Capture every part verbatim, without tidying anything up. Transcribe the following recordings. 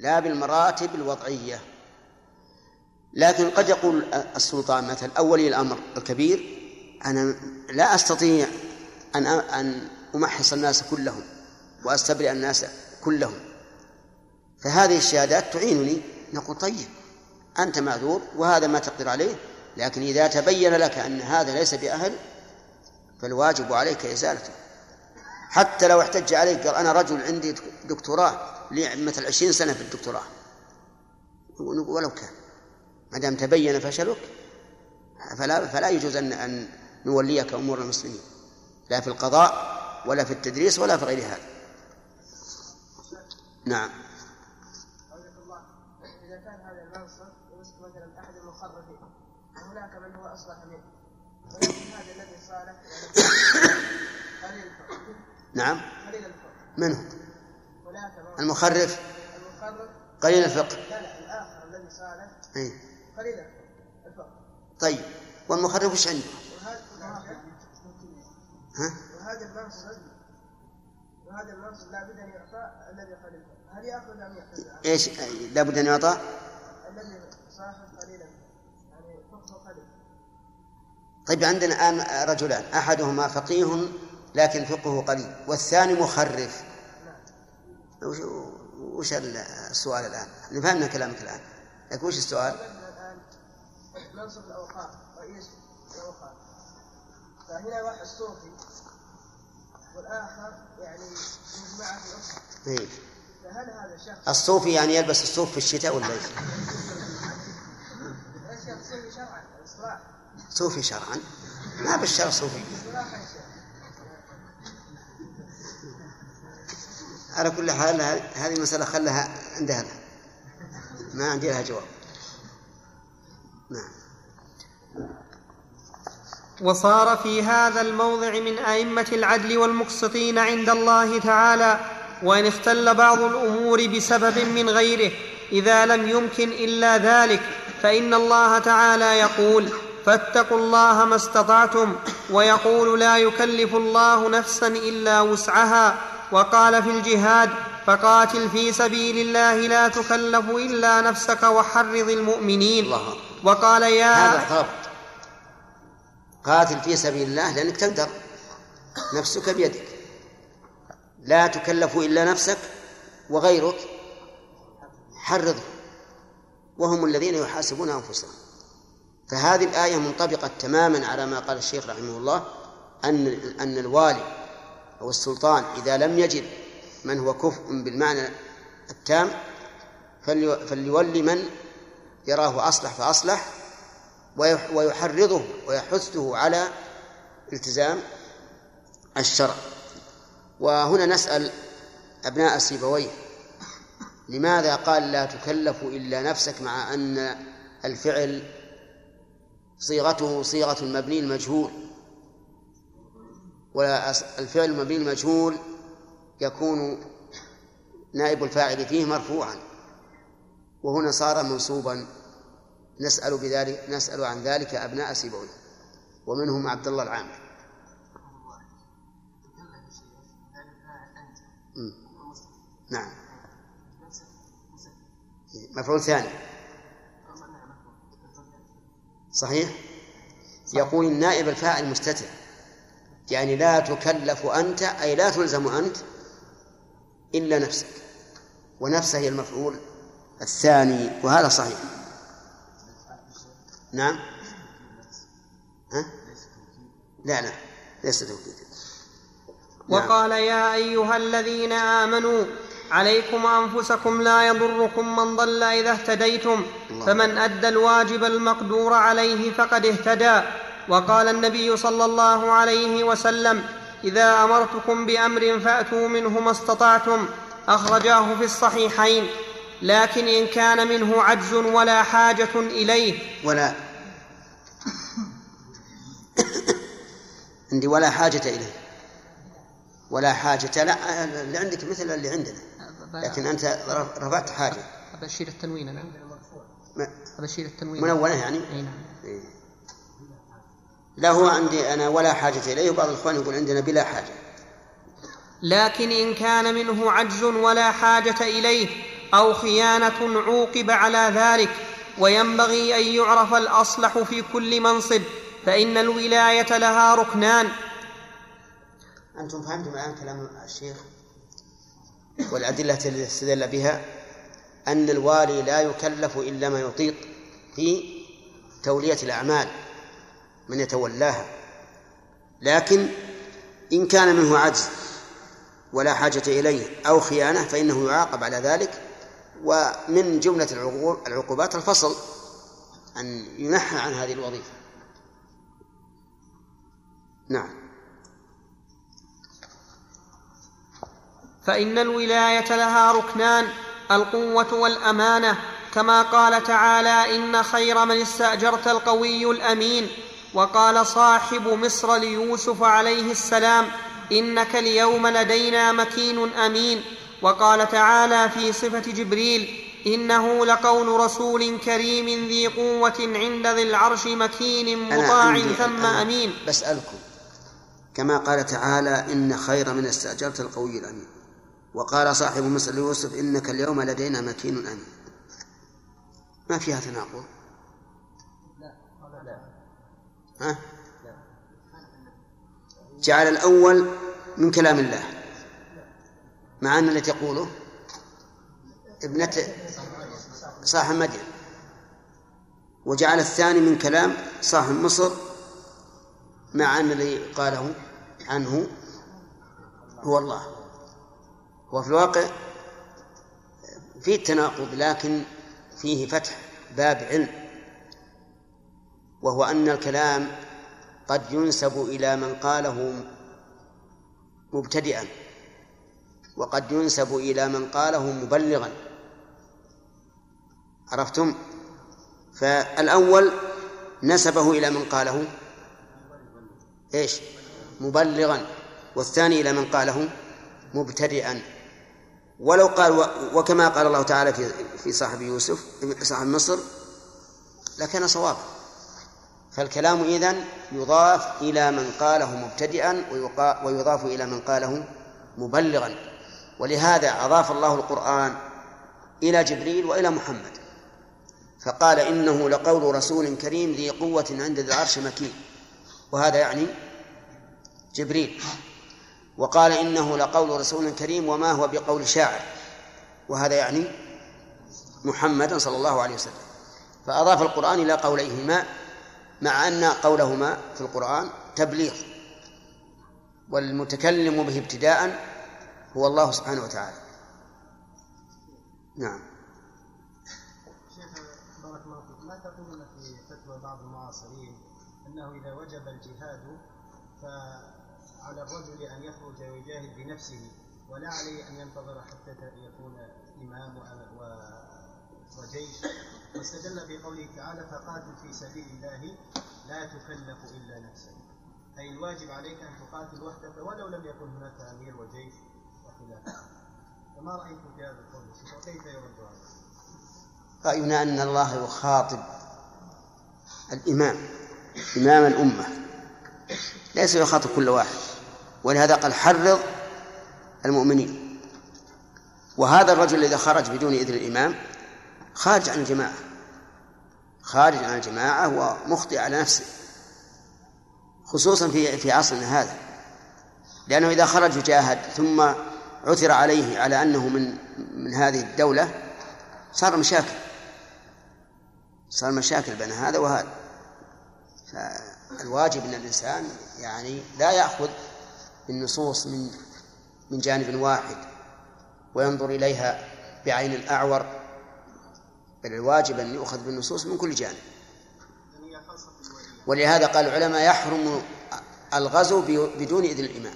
لا بالمراتب الوضعية. لكن قد يقول السلطان مثلا أولي الأمر الكبير: أنا لا أستطيع أن أن أمحص الناس كلهم وأستبرئ الناس كلهم، فهذه الشهادات تعينني. نقول: طيب، أنت معذور وهذا ما تقدر عليه، لكن إذا تبين لك أن هذا ليس بأهل فالواجب عليك إزالته. حتى لو احتج عليك قال: أنا رجل عندي دكتوراه لي مثل عشرين سنة في الدكتوراه، ولو كان ما دام تبين فشلك فلا, فلا يجوز أن, أن نوليك أمور المسلمين، لا في القضاء ولا في التدريس ولا في غير هذا. نعم. إذا كان هذا المنصب يمسك مثلا أحد المخرفين وهناك من هو أصلح منه، ولكن هذا الذي صالح قليل الفقه. نعم. قليل الفقه. من هو؟ المخرف. المخرف قليل الفقه. لا لا الآخر الذي صالح أي. قليل الفقه. طيب، والمخرف وش عنده؟ ها؟ وهذا المنصب وهذا المنصب لا بد أن يعطى الذي قليل الفقه. هل يأخذ أم يأخذ؟ إيش لا بد أن يعطى؟ الذي صاحب قليلا يعني فقه قليل. طيب، عندنا الآن رجلان، أحدهما فقيه لكن فقهه قليل، والثاني مخرف. وش وش السؤال الآن؟ نفهمنا كلامك الآن، لكن وش السؤال؟ الآن منصب الأوقاف، رئيس الأوقاف، فهنا واحد صوفي والآخر يعني مجمعة في الأسرة. إيه. فهل هذا الشخص الصوفي يعني يلبس الصوف في الشتاء ولا إيش؟ صوفي شرعا إصلاح. صوفي شرعا؟ ما بالشرع صوفي. على كل حال هذه مسألة خلها عند هذا، ما عندي لها جواب. نعم. وصار في هذا الموضع من أئمة العدل والمقسطين عند الله تعالى، وإن اختل بعض الأمور بسبب من غيره إذا لم يمكن إلا ذلك، فإن الله تعالى يقول: فاتقوا الله ما استطعتم، ويقول: لا يكلف الله نفسا إلا وسعها. وقال في الجهاد: فقاتل في سبيل الله لا تكلف إلا نفسك وحرض المؤمنين. الله. وقال: يا هذا الضابط، قاتل في سبيل الله لأنك تقدر، نفسك بيدك، لا تكلف إلا نفسك وغيرك حرضه، وهم الذين يحاسبون أنفسهم. فهذه الآية منطبقة تماما على ما قال الشيخ رحمه الله، أن أن الوالي أو السلطان إذا لم يجد من هو كفء بالمعنى التام فليولي من يراه أصلح فأصلح، ويحرضه ويحثه على التزام الشرع. وهنا نسأل أبناء سيبويه: لماذا قال لا تكلف إلا نفسك، مع أن الفعل صيغته صيغة المبني المجهول، والفعل المبني المجهول يكون نائب الفاعل فيه مرفوعا، وهنا صار منصوبا؟ نسأل بذلك نسأل عن ذلك أبناء سيبويه، ومنهم عبد الله العامر. نعم. مفعول ثاني صحيح. يقول النائب الفاعل مستتر، يعني لا تكلف أنت، أي لا تلزم أنت إلا نفسك، ونفسه هي المفعول الثاني، وهذا صحيح. نعم. ها؟ لا لا ليس توكيد. وقال: يا أيها الذين آمنوا عليكم أنفسكم لا يضركم من ضل إذا اهتديتم، فمن أدى الواجب المقدور عليه فقد اهتدى. وقال النبي صلى الله عليه وسلم: إذا أمرتكم بأمر فأتوا منه ما استطعتم، أخرجاه في الصحيحين. لكن إن كان منه عجز ولا حاجة إليه ولا عندي ولا حاجة إليه ولا حاجة لا اللي عندك مثل اللي عندنا، لكن أنت رفعت حاجة. أبشير التنوين أنا أبشير التنوين منونة يعني. نعم. إيه. لا هو عندي أنا ولا حاجة إليه، وبعض الإخوان يقول عندنا بلا حاجة. لكن إن كان منه عجز ولا حاجة إليه أو خيانة عوقب على ذلك. وينبغي أن يعرف الأصلح في كل منصب، فإن الولاية لها ركنان. أنتم فهمتم الآن كلام الشيخ والأدلة التي استدل بها أن الوالي لا يكلف إلا ما يطيق في تولية الأعمال من يتولاها، لكن إن كان منه عجز ولا حاجة إليه أو خيانة فإنه يعاقب على ذلك. ومن جملة العقوبات الفصل، أن ينحى عن هذه الوظيفة. نعم. فإن الولاية لها ركنان: القوة والأمانة، كما قال تعالى: إن خير من استأجرت القوي الأمين. وقال صاحب مصر ليوسف عليه السلام: إنك اليوم لدينا مكين أمين. وقال تعالى في صفة جبريل: إنه لقول رسول كريم ذي قوة عند ذي العرش مكين مطاع ثم أمين. بسألكم، كما قال تعالى: إن خير من استأجرت القوي الأمين، وقال صاحب مصر ليوسف: إنك اليوم لدينا مكين أمين، ما فيها تناقض؟ ها؟ جعل الأول من كلام الله مع أن التي تقوله ابنة صاحب مدين، وجعل الثاني من كلام صاحب مصر مع أن الذي قاله عنه هو الله. وفي الواقع فيه التناقض، لكن فيه فتح باب علم، وهو أن الكلام قد ينسب إلى من قاله مبتدئا، وقد ينسب إلى من قاله مبلغا. عرفتم؟ فالأول نسبه إلى من قاله إيش؟ مبلغا، والثاني إلى من قاله مبتدئا. ولو قال وكما قال الله تعالى في في صاحب يوسف صاحب مصر لكان صوابا. فالكلام إذن يضاف إلى من قاله مبتدئا ويضاف إلى من قاله مبلغا. ولهذا أضاف الله القرآن إلى جبريل وإلى محمد، فقال: إنه لقول رسول كريم ذي قوة عند ذي العرش مكين، وهذا يعني جبريل. وقال: إنه لقول رسول كريم وما هو بقول شاعر، وهذا يعني محمد صلى الله عليه وسلم. فأضاف القرآن إلى قوليهما، مع أن قولهما في القرآن تبليغ، والمتكلم به ابتداء هو الله سبحانه وتعالى. نعم. شيخ بارك الله فيك، ما تقولون في فتوى بعض المعاصرين أنه إذا وجب الجهاد فعلى الرجل أن يخرج ويجاهد بنفسه ولا عليه أن ينتظر حتى يكون إمام وجيش، واستدل بقوله تعالى: فقاتل في سبيل الله لا تكلف إلا نفسك، أي الواجب عليك أن تقاتل وحدك ولو لم يكن هناك أمير وجيش وخلافه. فما رأيكم في هذا القول وكيف يرد هذا؟ رأينا أن الله يخاطب الإمام إمام الأمة، ليس يخاطب كل واحد، ولهذا قال: حرض المؤمنين. وهذا الرجل إذا خرج بدون إذن الإمام خارج عن الجماعة، خارج عن الجماعة ومخطئ على نفسه، خصوصا في في عصرنا هذا، لأنه إذا خرج يجاهد ثم عثر عليه على أنه من من هذه الدولة صار مشاكل صار مشاكل بين هذا وهذا. فالواجب أن الإنسان يعني لا يأخذ النصوص من من جانب واحد وينظر إليها بعين الأعور، بل الواجب أن يؤخذ بالنصوص من كل جانب. ولهذا قال العلماء: يحرم الغزو بدون إذن الإمام.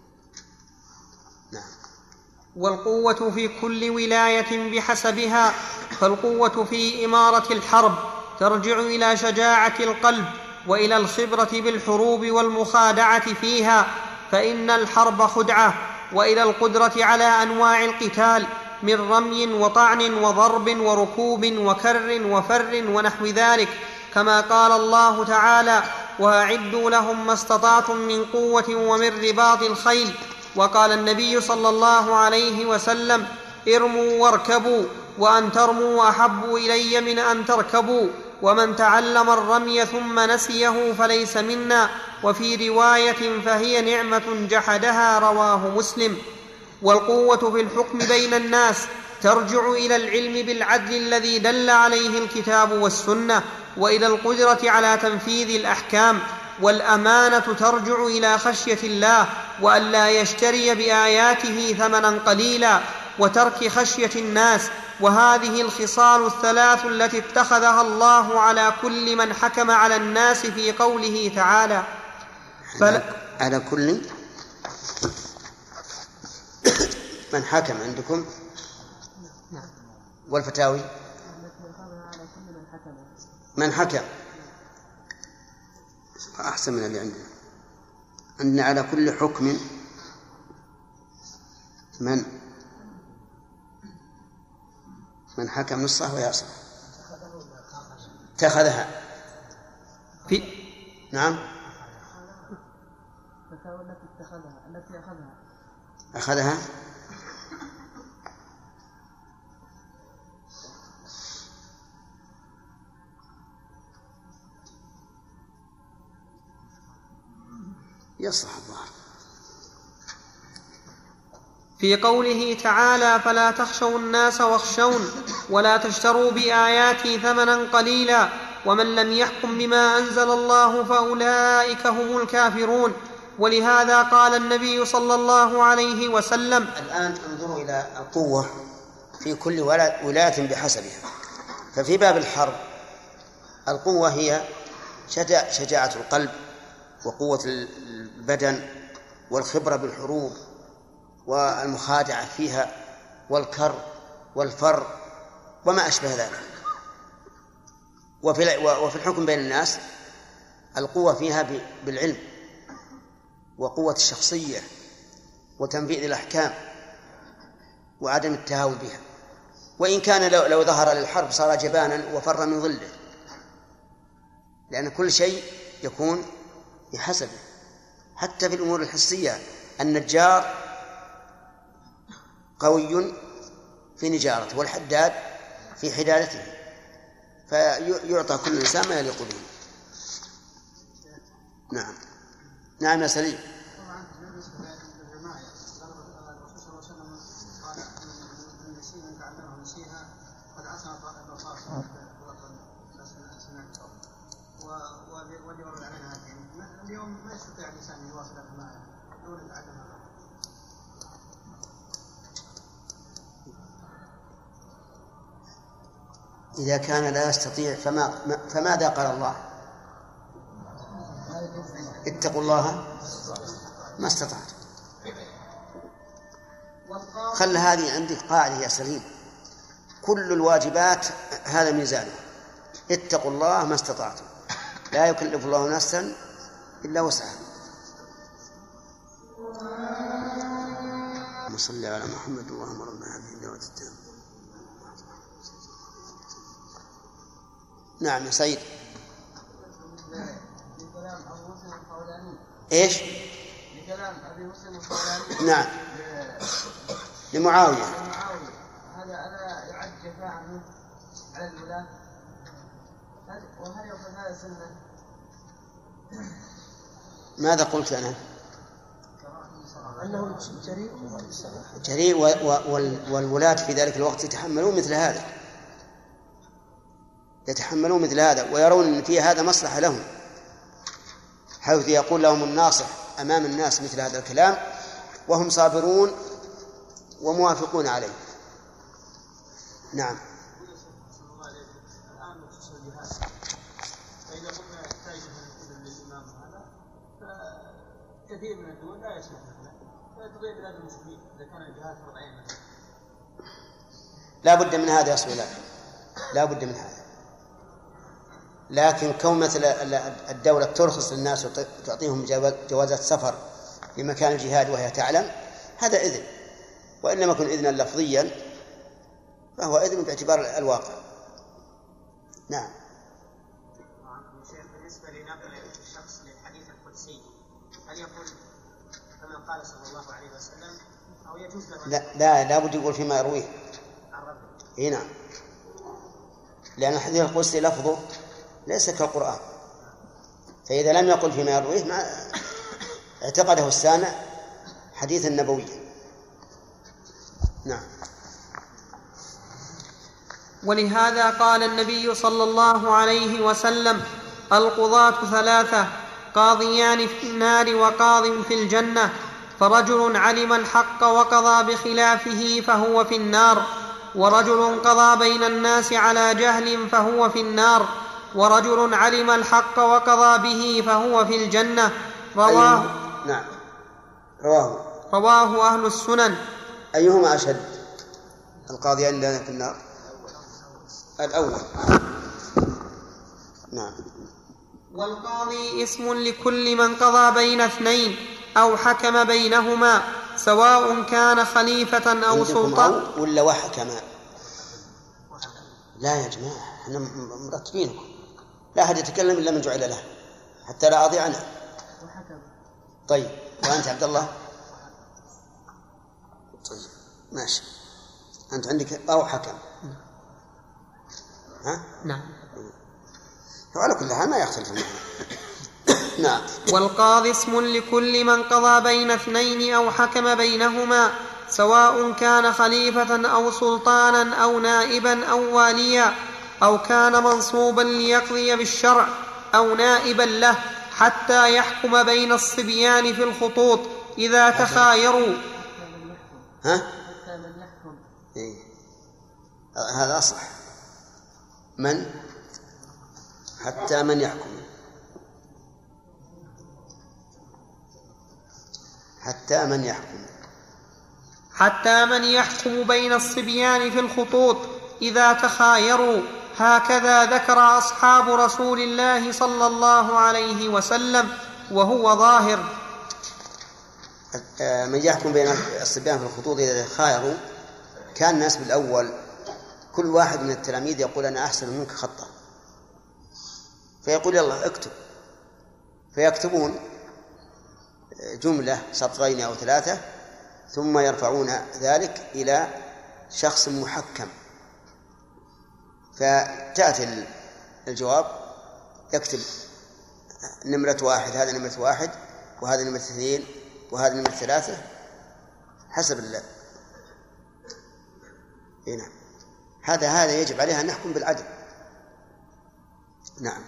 نعم. والقوة في كل ولاية بحسبها، فالقوة في إمارة الحرب ترجع إلى شجاعة القلب وإلى الخبرة بالحروب والمخادعة فيها، فإن الحرب خدعة، وإلى القدرة على أنواع القتال من رمي وطعن وضرب وركوب وكر وفر ونحو ذلك، كما قال الله تعالى: وأعدوا لهم ما استطعتم من قوة ومن رباط الخيل. وقال النبي صلى الله عليه وسلم: ارموا واركبوا وأن ترموا أحب إلي من أن تركبوا، ومن تعلم الرمي ثم نسيه فليس منا، وفي رواية فهي نعمة جحدها، رواه مسلم. والقوة في الحكم بين الناس ترجع إلى العلم بالعدل الذي دل عليه الكتاب والسنة، وإلى القدرة على تنفيذ الأحكام. والأمانة ترجع إلى خشية الله، وأن لا يشتري بآياته ثمنا قليلا، وترك خشية الناس. وهذه الخصال الثلاث التي اتخذها الله على كل من حكم على الناس في قوله تعالى فلا على كل من حكم عندكم. والفتاوي من حكم أحسن من اللي عندنا. عندنا على كل حكم من من حكم نصه ويصح اتخذها في نعم التي اتخذها التي أخذها أخذها يصح الظاهر في قوله تعالى فلا تخشوا الناس واخشون ولا تشتروا بآياتي ثمنا قليلا ومن لم يحكم بما أنزل الله فأولئك هم الكافرون. ولهذا قال النبي صلى الله عليه وسلم. الآن انظروا إلى القوة في كل ولاية بحسبها. ففي باب الحرب القوة هي شجاعة القلب وقوة البدن والخبرة بالحروب والمخادعة فيها والكر والفر وما أشبه ذلك. وفي الحكم بين الناس القوة فيها بالعلم وقوة الشخصية وتنفيذ الأحكام وعدم التهاون بها. وإن كان لو, لو ظهر للحرب صار جبانا وفر من ظله، لأن كل شيء يكون بحسبه. حتى في الأمور الحسية النجار قوي في نجارته والحداد في حدادته، فيعطى كل إنسان ما يليق به. نعم نعم يا سليم. طبعا بالنسبه للرمايه الرسول صلى الله عليه وسلم قال ان نسيها ان تعلمه نسيها قد عصى الرصاص واللي ورد علينا هذه اليوم ما يستطيع الانسان ان يواصل الرمايه دون ان يتعلمها. إذا كان لا يستطيع فما فماذا قال الله؟ اتقوا الله ما استطعت. خل هذه عندك قاعدة يا سليم، كل الواجبات هذا ميزانه، اتقوا الله ما استطعتم، لا يكلف الله نفسا إلا وسعها. اللهم صل على محمد اللهم رب هذه الدعوة التامة. نعم يا سيد. ايش؟ لكلام ابي مسلم الخولاني نعم لمعاويه. هذا الا يعد جفاء منه على الولاة؟ وهل يأخذ هذا سنة؟ ماذا قلت انا؟ انه جريء جريء والولاة في ذلك الوقت يتحملون مثل هذا، يتحملون مثل هذا ويرون ان في هذا مصلحة لهم، حيث يقول لهم الناصح أمام الناس مثل هذا الكلام وهم صابرون وموافقون عليه. نعم. الآن بخصوص الجهاد، فإذا قلنا يحتاج أن للإمام هذا فكثير من الدول لا يسمح مثلا، فتضيع بلاد المسلمين إذا كان الجهاد فرض عين مثلا. لا بد من هذا يا أصل الله، لا بد من هذا. لكن كون مثل الدولة ترخص للناس وتعطيهم جوازات سفر في مكان الجهاد وهي تعلم هذا إذن، وإن لم يكن إذنا لفظيا فهو إذن باعتبار الواقع. نعم. شيخ بالنسبة لنقل الشخص للحديث القدسي هل يقول كما قال صلى الله عليه وسلم أو يجوز له؟ لا لا لا بد يقول فيما يرويه هنا، لأن الحديث القدسي لفظه ليس كالقرآن، فإذا لم يقل فيما يرويه ما اعتقده السامع حديثا نبويا. نعم. ولهذا قال النبي صلى الله عليه وسلم: القضاة ثلاثة، قاضيان في النار وقاض في الجنة، فرجل علم الحق وقضى بخلافه فهو في النار، ورجل قضى بين الناس على جهل فهو في النار، ورجل علم الحق وقضى به فهو في الجنة. رواه أيوه. نعم. رواه رواه أهل السنن. أيهما أشد، القاضيان في النار؟ الأول. نعم. والقاضي اسم لكل من قضى بين اثنين أو حكم بينهما، سواء كان خليفة أو سلطان. أو ولا وحكم؟ لا يا جماعة، احنا مرتبينكم، لا أحد يتكلم إلا من جعل له حتى لا أضيع عنه. طيب، وأنت عبد الله؟ طيب ماشي، أنت عندك أو حكم. ها؟ نعم. وعلى كل حال ما يختلف المعنى. نعم. والقاضي اسم لكل من قضى بين اثنين أو حكم بينهما، سواء كان خليفة أو سلطانا أو نائبا أو واليا، أو كان منصوبا ليقضي بالشرع أو نائبا له، حتى يحكم بين الصبيان في الخطوط إذا تخايروا. ها؟ إيه؟ هذا أصح. من؟ حتى من يحكم، حتى من يحكم حتى من يحكم بين الصبيان في الخطوط إذا تخايروا، هكذا ذكر أصحاب رسول الله صلى الله عليه وسلم، وهو ظاهر. من يحكم بين الصبيان في الخطوط إذا تخايروا، كان الناس بالأول كل واحد من التلاميذ يقول أنا أحسن منك خطا، فيقول يلا اكتب، فيكتبون جملة سطرين أو ثلاثة، ثم يرفعون ذلك إلى شخص محكم، فتأتي الجواب يكتب نمرة واحد، هذا نمرة واحد، وهذا نمرة اثنين، وهذا نمرة ثلاثة، حسب الله. هنا هذا هذا يجب عليها أن نحكم بالعدل. نعم.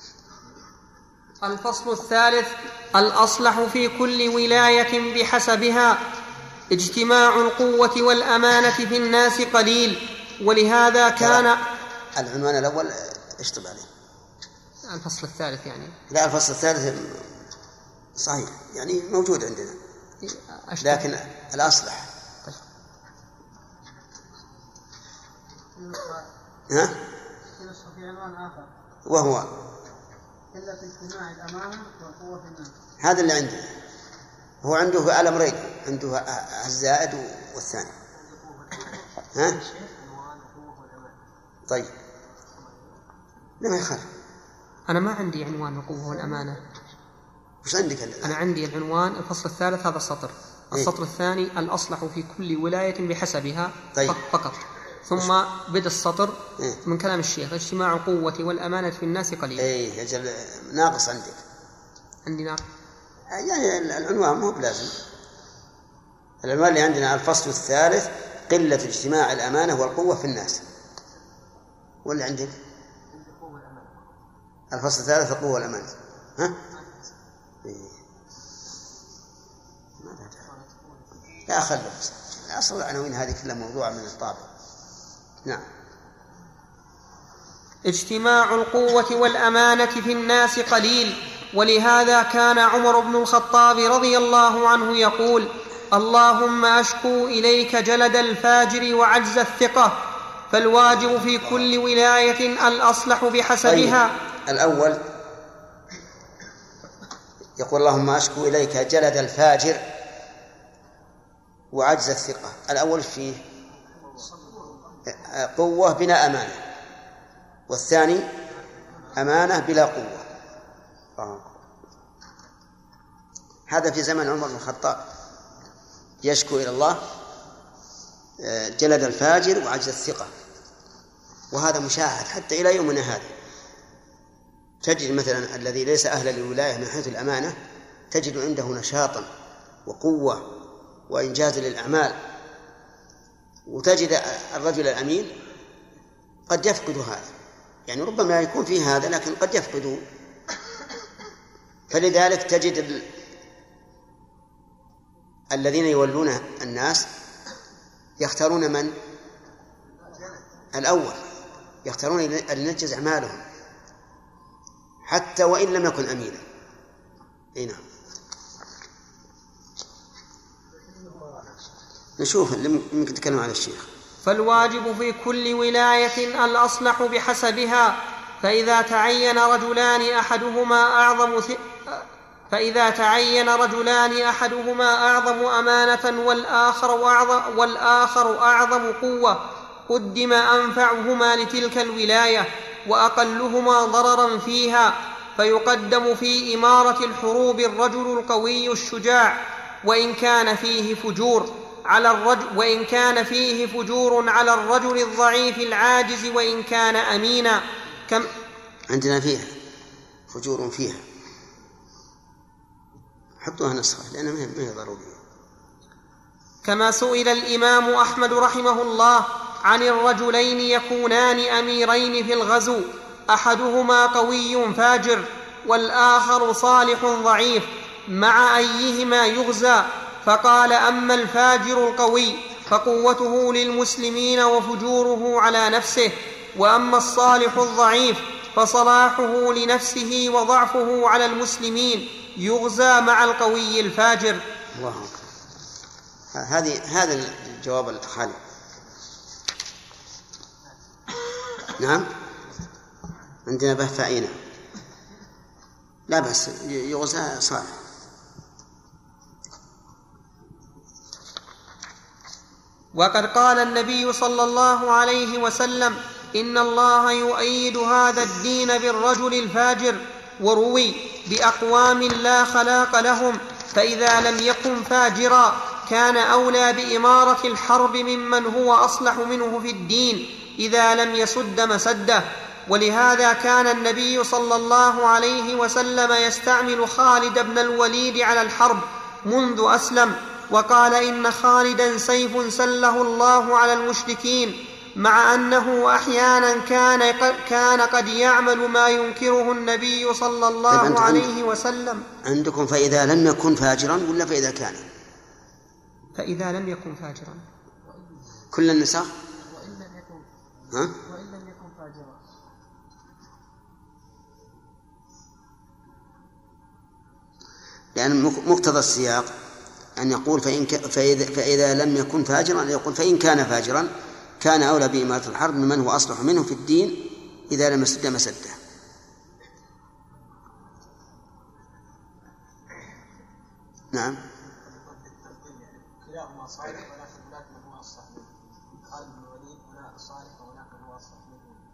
الفصل الثالث: الأصلح في كل ولاية بحسبها. اجتماع القوة والأمانة في الناس قليل، ولهذا كان العنوان الأول اشطب عليه. الفصل الثالث يعني لا، الفصل الثالث صحيح يعني موجود عندنا، لكن الأصلح ها؟ في عنوان آخر وهو قلة اجتماع الأمانة والقوة في الناس. هذا اللي عندنا، هو عنده الأمرين، عنده الزائد والثاني. ها؟ طيب لما يخالف. أنا ما عندي عنوان القوة والأمانة. وش عندك الآن؟ أنا عندي العنوان الفصل الثالث هذا السطر، السطر إيه؟ الثاني الأصلح في كل ولاية بحسبها. طيب. فقط. ثم بدأ السطر إيه؟ من كلام الشيخ: اجتماع القوة والأمانة في الناس قليل. إيه يجل ناقص عندك. عندي ناقص يعني العنوان مو بلازم. العنوان اللي عندنا الفصل الثالث قلة اجتماع الأمانة والقوة في الناس. ولا عندك الفصل الثالث القوة والأمانة؟ ها؟ إيه. لا أخلف أصل العناوين هذه كلها موضوع من الطابع. نعم. اجتماع القوة والأمانة في الناس قليل، ولهذا كان عمر بن الخطاب رضي الله عنه يقول: اللهم أشكو إليك جلد الفاجر وعجز الثقة. فالواجب في كل ولاية الأصلح بحسبها. طيب. الأول يقول اللهم أشكو إليك جلد الفاجر وعجز الثقة. الأول فيه قوة بلا أمانة، والثاني أمانة بلا قوة. آه. هذا في زمن عمر بن الخطاب، يشكو إلى الله جلد الفاجر وعجز الثقة. وهذا مشاهد حتى إلى يومنا هذا. تجد مثلا الذي ليس أهلا للولاية من حيث الأمانة تجد عنده نشاطا وقوة وإنجاز للأعمال، وتجد الرجل الأمين قد يفقد هذا، يعني ربما يكون فيه هذا لكن قد يفقده. فلذلك تجد ال... الذين يولون الناس يختارون من؟ الأول، يختارون أن ينجز أعمالهم حتى وإن لم يكن أمينا. أي نعم. نشوف ممكن نتكلم على الشيخ. فالواجب في كل ولاية الأصلح بحسبها، فإذا تعين رجلان أحدهما أعظم ث... فإذا تعين رجلان أحدهما أعظم أمانة والآخر أعظم, والآخر أعظم قوة قدم أنفعهما لتلك الولاية وأقلهما ضررا فيها، فيقدم في إمارة الحروب الرجل القوي الشجاع وإن كان فيه فجور على الرجل وإن كان فيه فجور على الرجل الضعيف العاجز وإن كان أمينا. كم عندنا فيها فجور فيها، حطوها نسخة لأنها ما هي ضرورية. كما سئل الإمام أحمد رحمه الله عن الرجلين يكونان أميرين في الغزو، أحدهما قوي فاجر والآخر صالح ضعيف، مع أيهما يغزى؟ فقال: أما الفاجر القوي فقوته للمسلمين وفجوره على نفسه، وأما الصالح الضعيف فصلاحه لنفسه وضعفه على المسلمين، يغزى مع القوي الفاجر. الله أكبر. هذه هذا الجواب الخالي. نعم عندنا بهفعينا لا بس يغزى صالح. وقد قال النبي صلى الله عليه وسلم: إن الله يؤيد هذا الدين بالرجل الفاجر. وروي: بأقوام لا خلاق لهم، فإذا لم يكن فاجرا كان أولى بإمارة الحرب ممن هو أصلح منه في الدين إذا لم يسد مسده. ولهذا كان النبي صلى الله عليه وسلم يستعمل خالد بن الوليد على الحرب منذ أسلم، وقال: إن خالدا سيف سله الله على المشركين، مع أنه أحيانا كان, كان قد يعمل ما ينكره النبي صلى الله عليه وسلم. عندكم فإذا لم يكن فاجرا ولا فإذا كان؟ فإذا لم يكن فاجرا كل النساء وإن لم يكن ها؟ وإن لم يكن فاجرا. لأن مقتضى السياق أن يقول فإن ك... فإذا... فإذا لم يكن فاجرا، يقول فإن كان فاجرا كان أولى بإمارة الحرب ممن هو أصلح منه في الدين إذا لم يسد مسده. نعم. كلاهما صالح ولكن هناك من هو أصلح منه. خالد بن الوليد هناك صالح وهناك من هو أصلح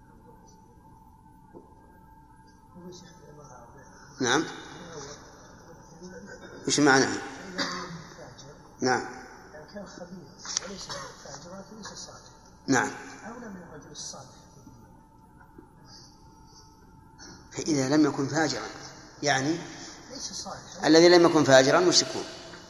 منه. نعم. وش معناه؟ نعم. كان خبير وليس فاجرا فليس صالح. نعم. أولى من الرجل الصالح. فإذا لم يكن فاجرا يعني ليس صالح. الذي لم يكن فاجرا وش يكون؟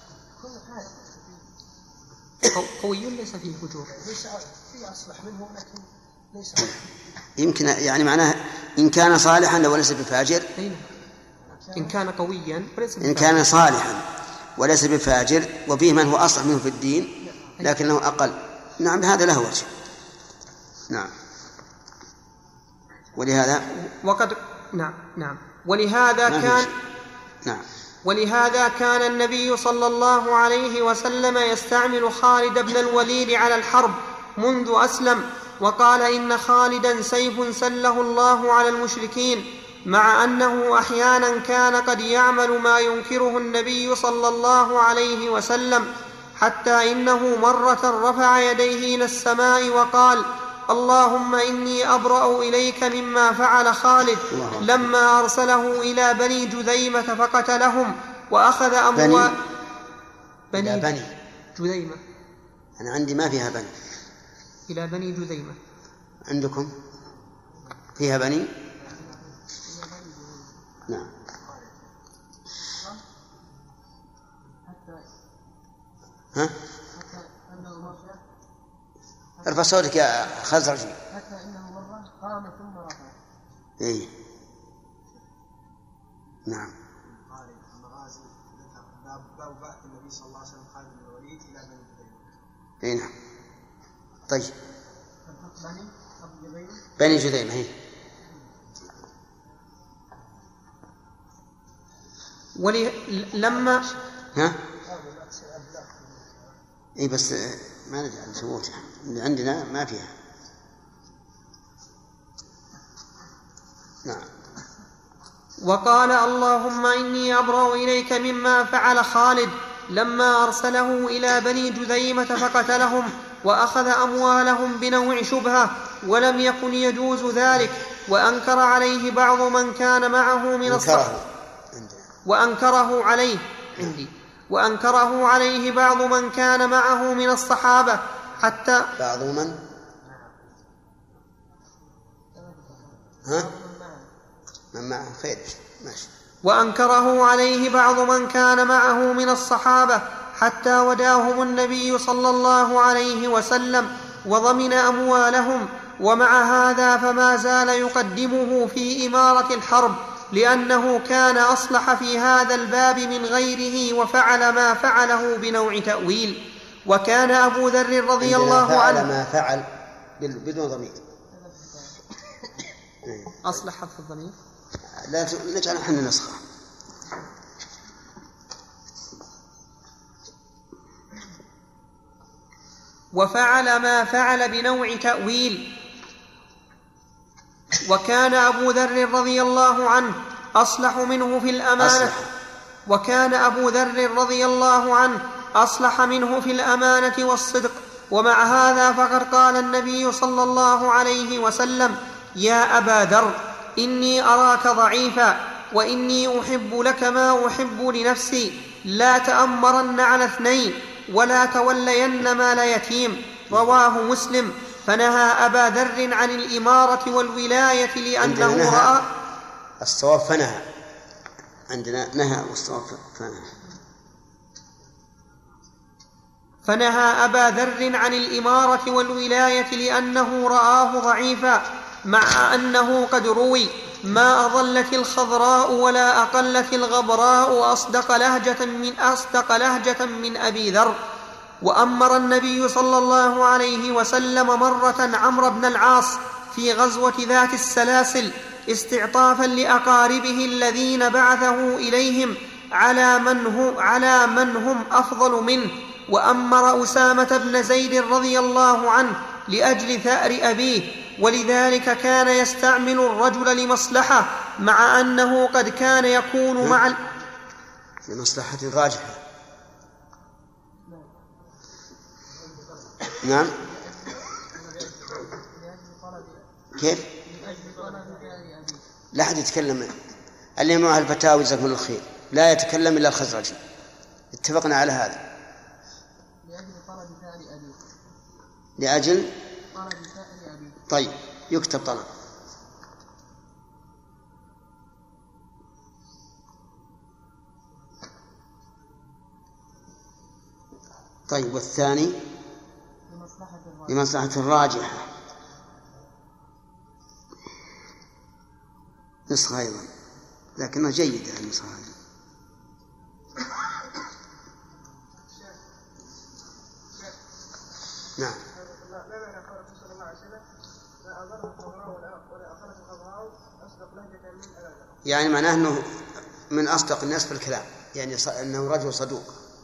قوي ليس فيه فجور، ليس فيه أصلح منه لكن ليس. يمكن يعني معناه إن كان صالحا وليس بفاجر. إن كان قويا وليس بفاجر. إن كان صالحا وليس بفاجر وفيه من هو أصلح منه في الدين لكنه أقل. نعم هذا له وجه. نعم. ولهذا وقد نعم نعم ولهذا كان نعم ولهذا كان النبي صلى الله عليه وسلم يستعمل خالد بن الوليد على الحرب منذ أسلم، وقال: إن خالدا سيف سله الله على المشركين، مع أنه أحيانا كان قد يعمل ما ينكره النبي صلى الله عليه وسلم، حتى إنه مرة رفع يديه إلى السماء وقال: اللهم إني أبرأ إليك مما فعل خالد لما أرسله إلى بني جذيمة فقتلهم وأخذ أموال بني, بني, بني. جذيمة. أنا عندي ما فيها بني. إلى بني جذيمة. عندكم؟ فيها بني. نعم. ها؟ ارفع صوتك يا خزرجي. حتى إنه مرة قام ثم رفع. إيه. نعم. قال المغازي ذكر باب بعث النبي صلى الله عليه وسلم خالد بن الوليد إلى بني جذيمة. إيه نعم. طيب. بني بني جذيمة هي. ولي لما ها؟ إيه بس ما ندري عن ثبوتها، عندنا ما فيها. نعم. وقال اللهم إني أبرأ إليك مما فعل خالد لما أرسله إلى بني جذيمة فقتلهم وأخذ أموالهم بنوع شبهة ولم يكن يجوز ذلك، وأنكر عليه بعض من كان معه من الصحابة وأنكره عليه عندي وأنكره عليه بعض من كان معه من الصحابة حتى بعض من ها من معه خير ماشي. وأنكره عليه بعض من كان معه من الصحابة حتى وداهم النبي صلى الله عليه وسلم وضمن أموالهم، ومع هذا فما زال يقدمه في إمارة الحرب لأنه كان أصلح في هذا الباب من غيره وفعل ما فعله بنوع تأويل. وكان أبو ذر رضي الله عنه فعل ما فعل بدون ضمير. أصلح حذف الضمير لا نجعل نحن نسخة. وفعل ما فعل بنوع تأويل. وكان أبو ذر رضي الله عنه أصلح منه في الأمانة أصلح. وكان أبو ذر رضي الله عنه أصلح منه في الأمانة والصدق. ومع هذا فقد قال النبي صلى الله عليه وسلم يا أبا ذر إني أراك ضعيفا وإني أحب لك ما أحب لنفسي، لا تأمرن على اثنين ولا تولين مال يتيم. رواه مسلم. فنهى أبا ذر عن الإمارة والولاية لأنه رأى الصواب فنهى عندنا نهى والصواب فنهى فنهى أبا ذر عن الإمارة والولاية لأنه رآه ضعيفا، مع أنه قد روي ما أضلت الخضراء ولا أقلت الغبراء أصدق لهجة من أصدق لهجة من أبي ذر. وأمر النبي صلى الله عليه وسلم مرة عمرو بن العاص في غزوة ذات السلاسل استعطافا لأقاربه الذين بعثه إليهم على من, هو على من هم أفضل منه. وأمر أسامة بن زيد رضي الله عنه لأجل ثأر أبيه، ولذلك كان يستعمل الرجل لمصلحة مع أنه قد كان يكون مع لمصلحة راجحة. نعم. كيف؟ لا أحد يتكلم. اللي معه الفتاوى جزاكم الله خير لا يتكلم إلا الخزرجي. اتفقنا على هذا. لأجل طلب ثأر أبيه. لأجل طلب ثأر أبيه. طيب يكتب طلب. طيب والثاني لمصلحة الراجحة. نسخة أيضا لكنها جيدة النسخة هذه. نعم. يعني معناه أنه من أصدق الناس في الكلام، يعني أنه رجل صدوق.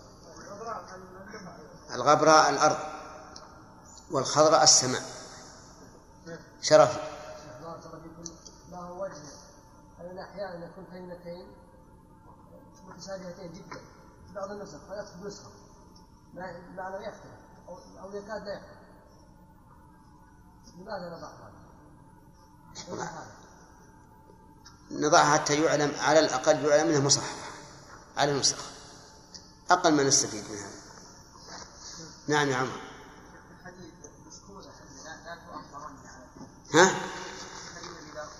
الغبراء الأرض والخضراء السماء. شرف. له وجه. أنا أحيانا يكون كلمتين متشابهتين جدا في بعض النسخ فيكتب نسخة معنى يختلف أو أو يكاد لا يختلف. لماذا نضعها؟ نضعها حتى يعلم على الأقل يعلم منها مصحف على النسخ، أقل ما نستفيد منها. نعم يا عمر. ها؟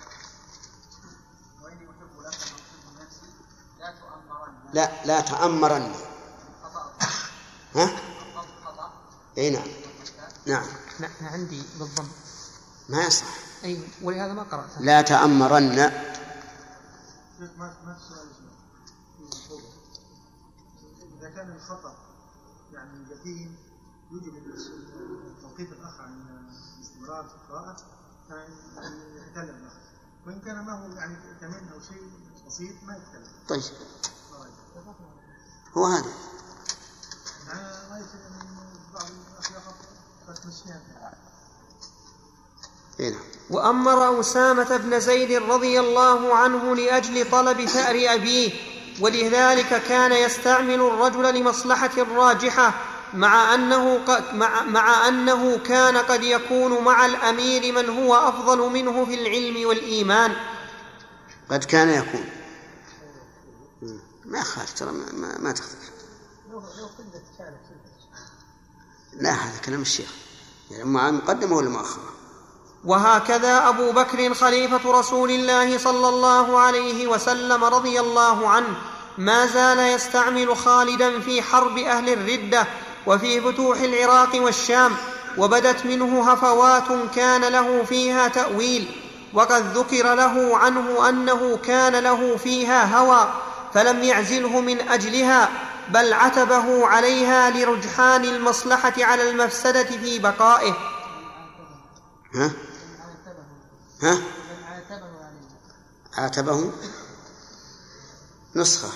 لا لا تأمرن. ها؟ اي نعم نعم لا عندي بالضم ما يصح. اي ولهذا ما قرأتها. لا تأمرن. ما السؤال إذا كان الخطأ يعني يقين يوجب توقيف الأخ عن الاستمرار في القراءة فيتكلم الأخ، وإن كان ما هو يعني كمان أو شيء بسيط ما يتكلم. طيب هو هذا أنا رأيت بعض الأخلاق تمشيها. وأمر أسامة بن زيد رضي الله عنه لأجل طلب ثأر أبيه، ولذلك كان يستعمل الرجل لمصلحة راجحة، مع أنه, مع, مع أنه كان قد يكون مع الأمير من هو أفضل منه في العلم والإيمان. قد كان يكون ما خالف ترى ما, ما تختلف. لا هذا كلام الشيخ يعني مع مقدمة ولا مؤخرة. وهكذا أبو بكر خليفة رسول الله صلى الله عليه وسلم رضي الله عنه ما زال يستعمل خالدا في حرب أهل الردة وفي فتوح العراق والشام، وبدت منه هفوات كان له فيها تأويل، وقد ذكر له عنه أنه كان له فيها هوى فلم يعزله من أجلها، بل عتبه عليها لرجحان المصلحة على المفسدة في بقائه. ها؟ ها؟ عاتبه نسخة.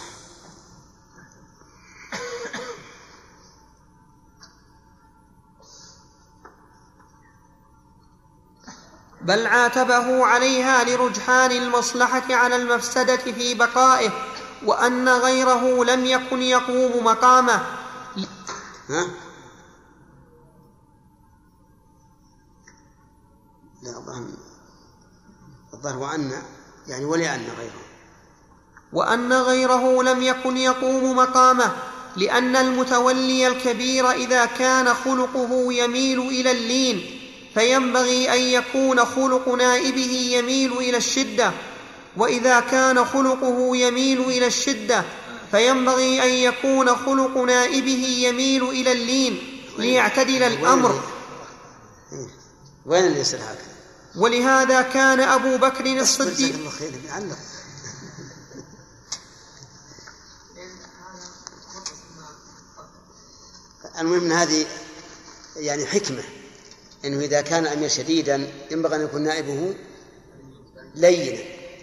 بل عاتبه عليها لرجحان المصلحة على المفسدة في بقائه، وأن غيره لم يكن يقوم مقامه. ها؟ لا الظاهر الظاهر وأن يعني ولأن غيره وأن غيره لم يكن يقوم مقامه، لأن المتولي الكبير إذا كان خلقه يميل إلى اللين فينبغي أن يكون خلق نائبه يميل إلى الشدة، وإذا كان خلقه يميل إلى الشدة فينبغي أن يكون خلق نائبه يميل إلى اللين ليعتدل الأمر. وين اللي يصير هكذا؟ ولهذا كان أبو بكر الصديق المهم من هذه يعني حكمة إنه إذا كان الأمير شديدا ينبغي أن يكون نائبه لينا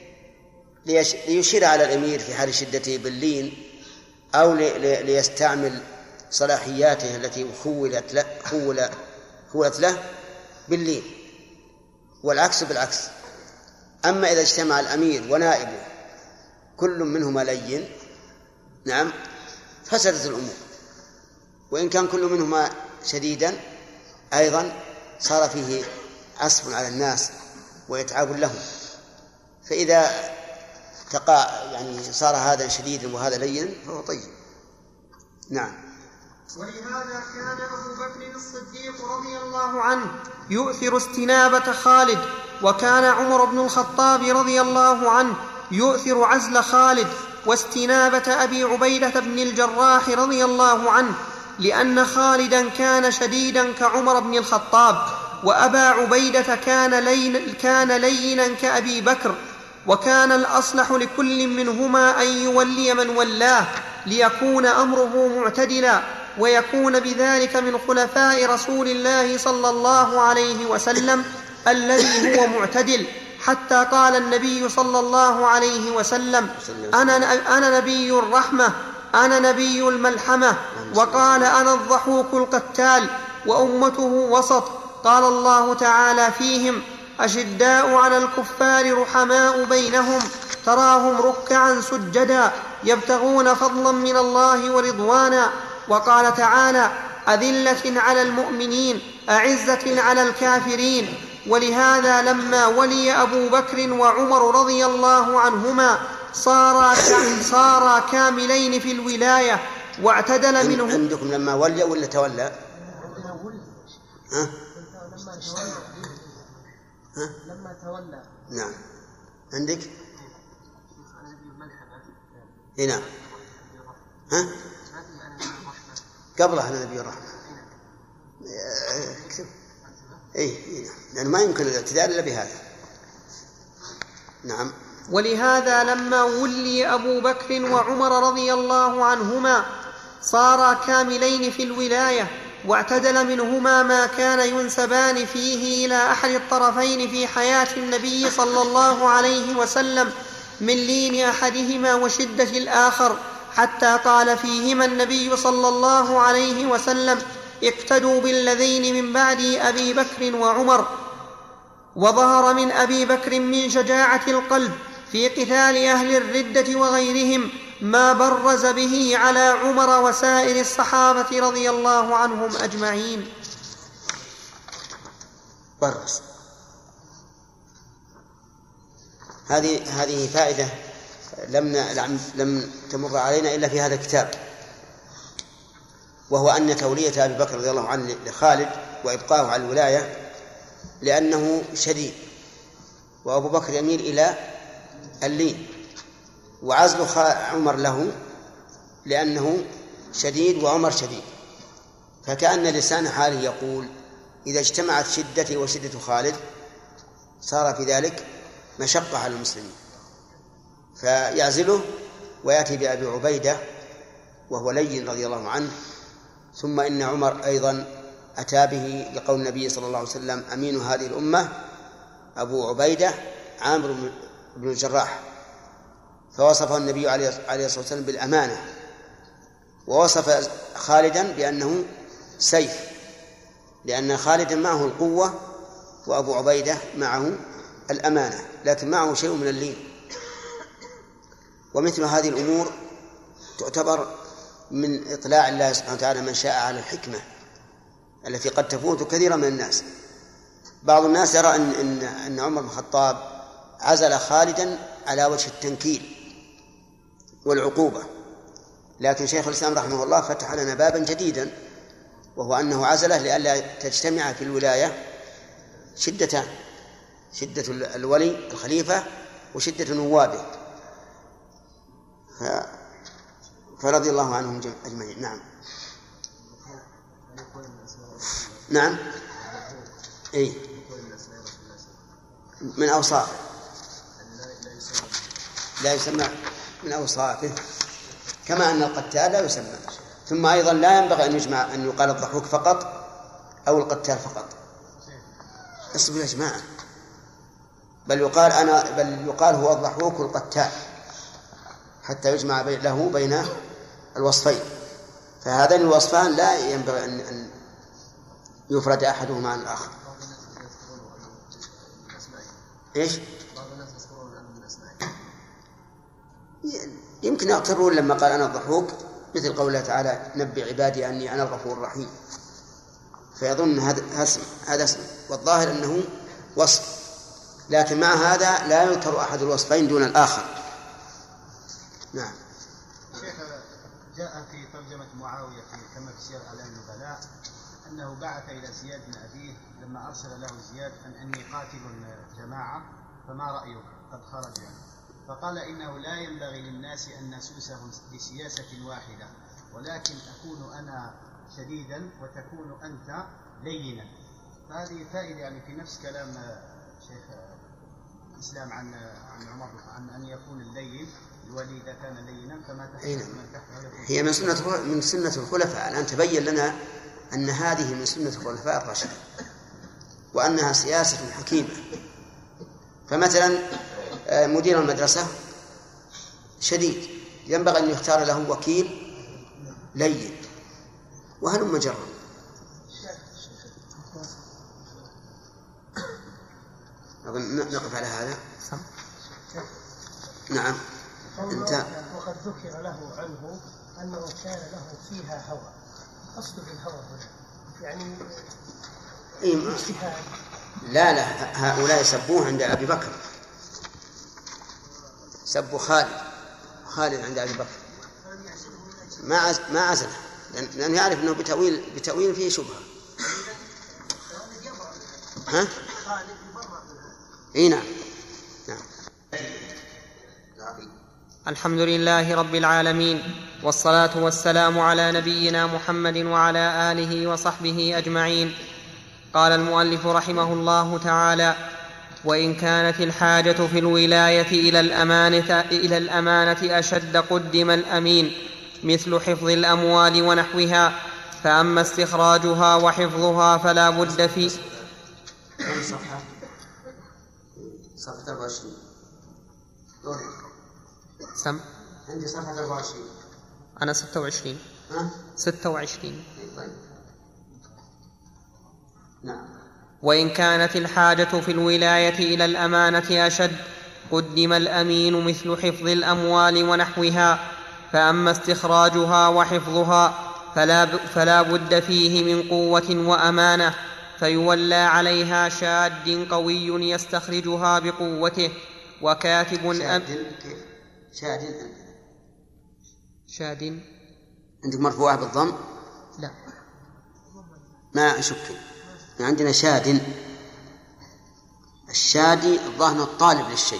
ليشير على الأمير في حال شدته باللين، أو ليستعمل صلاحياته التي خولت له, خول خولت له باللين، والعكس بالعكس. أما إذا اجتمع الأمير ونائبه كل منهما لين نعم فسدت الأمور، وإن كان كل منهما شديدا أيضا صار فيه عصف على الناس وإتعاب لهم، فإذا تقع يعني صار هذا شديدا وهذا لين فهو طيب. نعم. ولهذا كان أبو بكر الصديق رضي الله عنه يؤثر استنابة خالد، وكان عمر بن الخطاب رضي الله عنه يؤثر عزل خالد واستنابة أبي عبيدة بن الجراح رضي الله عنه، لأن خالدا كان شديدا كعمر بن الخطاب، وأبا عبيدة كان, لين كان لينا كأبي بكر، وكان الأصلح لكل منهما أن يولي من ولاه ليكون أمره معتدلا، ويكون بذلك من خلفاء رسول الله صلى الله عليه وسلم الذي هو معتدل، حتى قال النبي صلى الله عليه وسلم أنا, أنا نبي الرحمة أنا نبي الملحمة، وقال أنا الضحوك القتال وأمته وسط. قال الله تعالى فيهم أشداء على الكفار رحماء بينهم تراهم ركعا سجدا يبتغون فضلا من الله ورضوانا. وقال تعالى أذلة على المؤمنين أعزة على الكافرين. ولهذا لما ولي أبو بكر وعمر رضي الله عنهما صارا صارا كاملين في الولاية واعتدل منهم. عندكم لما ولي ولا تولى؟ ها؟ ها؟ لما تولى. نعم. عندك؟ هنا ها؟ قبلها أنا نبي الرحمة. اكتب. إيه لأنه ما يمكن الاعتذار إلا بهذا. نعم. ولهذا لما ولي أبو بكر وعمر رضي الله عنهما صارا كاملين في الولاية، واعتدل منهما ما كان ينسبان فيه إلى أحد الطرفين في حياة النبي صلى الله عليه وسلم من لين أحدهما وشدة الآخر، حتى قال فيهما النبي صلى الله عليه وسلم: اقتدوا بالذين من بعدي أبي بكر وعمر. وظهر من أبي بكر من شجاعة القلب في قتال أهل الردة وغيرهم ما برز به على عمر وسائر الصحابة رضي الله عنهم أجمعين. برز. هذه هذه فائدة لم لم تمر علينا إلا في هذا الكتاب، وهو أن تولية أبي بكر رضي الله عنه لخالد وإبقاءه على الولاية لأنه شديد، وأبو بكر يميل إلى اللين، وعزل عمر له لأنه شديد وعمر شديد. فكأن لسان حاله يقول: إذا اجتمعت شدتي وشدة خالد صار في ذلك مشقة على المسلمين، فيعزله ويأتي بأبي عبيدة وهو لين رضي الله عنه. ثم إن عمر أيضا أتى به لقول النبي صلى الله عليه وسلم: أمين هذه الأمة أبو عبيدة عامر بن الجراح، فوصفه النبي عليه الصلاة والسلام بالأمانة، ووصف خالدا بأنه سيف، لأن خالدا معه القوة وأبو عبيدة معه الأمانة، لكن معه شيء من اللين. ومثل هذه الأمور تعتبر من إطلاع الله سبحانه وتعالى من شاء على الحكمة التي قد تفوت كثيرا من الناس. بعض الناس يرى أن, إن, أن عمر بن الخطاب عزل خالدا على وجه التنكيل والعقوبة، لكن شيخ الإسلام رحمه الله فتح لنا بابا جديدا، وهو أنه عزله لئلا تجتمع في الولاية شدتان: شدة الولي الخليفة وشدة نوابه، فرضي الله عنهم أجمعين. نعم. نعم. إيه من أوصافه لا يسمى من أوصافه، كما أن القتال لا يسمى. ثم أيضا لا ينبغي أن يجمع أن يقال الضحوك فقط أو القتال فقط، اصبر يا جماعة، بل يقال أنا بل يقال هو الضحوك والقتال حتى يجمع له بين الوصفين. فهذين الوصفان لا ينبغي أن يفرد أحدهما عن الآخر. إيش؟ يمكن يغترون لما قال أنا الضحوك، مثل قوله تعالى: نبئ عبادي أني أنا الغفور الرحيم، فيظن هذا اسم هذا اسم والظاهر أنه وصف، لكن مع هذا لا يذكر أحد الوصفين دون الآخر. نعم. شيخ، جاء في ترجمة معاوية كما في سير أعلام النبلاء أنه بعث إلى زياد بن أبيه لما أرسل له زياد أن أني قاتل جماعة فما رأيك قد خرج يعني. فقال: إنه لا ينبغي للناس أن نسوسهم بسياسة واحدة، ولكن أكون أنا شديدا وتكون أنت لينا. فهذه فائدة يعني في نفس كلام شيخ الإسلام عن عن عمر عن أن يكون اللين الولي إذا كان لينا كما تحدث من تحت. هي من سنة من سنة الخلفاء. الآن تبين لنا أن هذه من سنة الخلفاء الراشدين وأنها سياسة حكيمة. فمثلا مدير المدرسة شديد ينبغي أن يختار له وكيل لين، وهلم مجرد. أظن نقف على هذا. نعم. انت وقد ذكر له عنه أنه كان له فيها هوى. أصل الهوى هنا يعني اجتهاد. لا لا هؤلاء سبوه عند أبي بكر، سبوا خالد خالد عند أبي بكر، ما عز ما عزله لأنه يعرف أنه بتأويل بتأويل فيه شبهة. ها؟ إيه نعم. نعم. الحمد لله رب العالمين، والصلاة والسلام على نبينا محمد وعلى آله وصحبه أجمعين. قال المؤلف رحمه الله تعالى: وإن كانت الحاجة في الولاية إلى الأمانة, إلى الأمانة أشد قدم الأمين مثل حفظ الأموال ونحوها، فأما استخراجها وحفظها فلا بد في صفحة صفحة أربعة وعشرين سم عندي صفحة أربعة وعشرين. أنا ستة وعشرين. ها؟ ستة وعشرين. طيب. نعم. وإن كانت الحاجة في الولاية إلى الأمانة أشد قدم الأمين مثل حفظ الأموال ونحوها، فأما استخراجها وحفظها فلا, فلا بد فيه من قوة وأمانة، فيولى عليها شاد قوي يستخرجها بقوته، وكاتب شاد كيف؟ شاد شاد عندك مرفوعة بالضم؟ لا، ما أشك. عندنا شاد. الشادي الظاهر الطالب للشيء.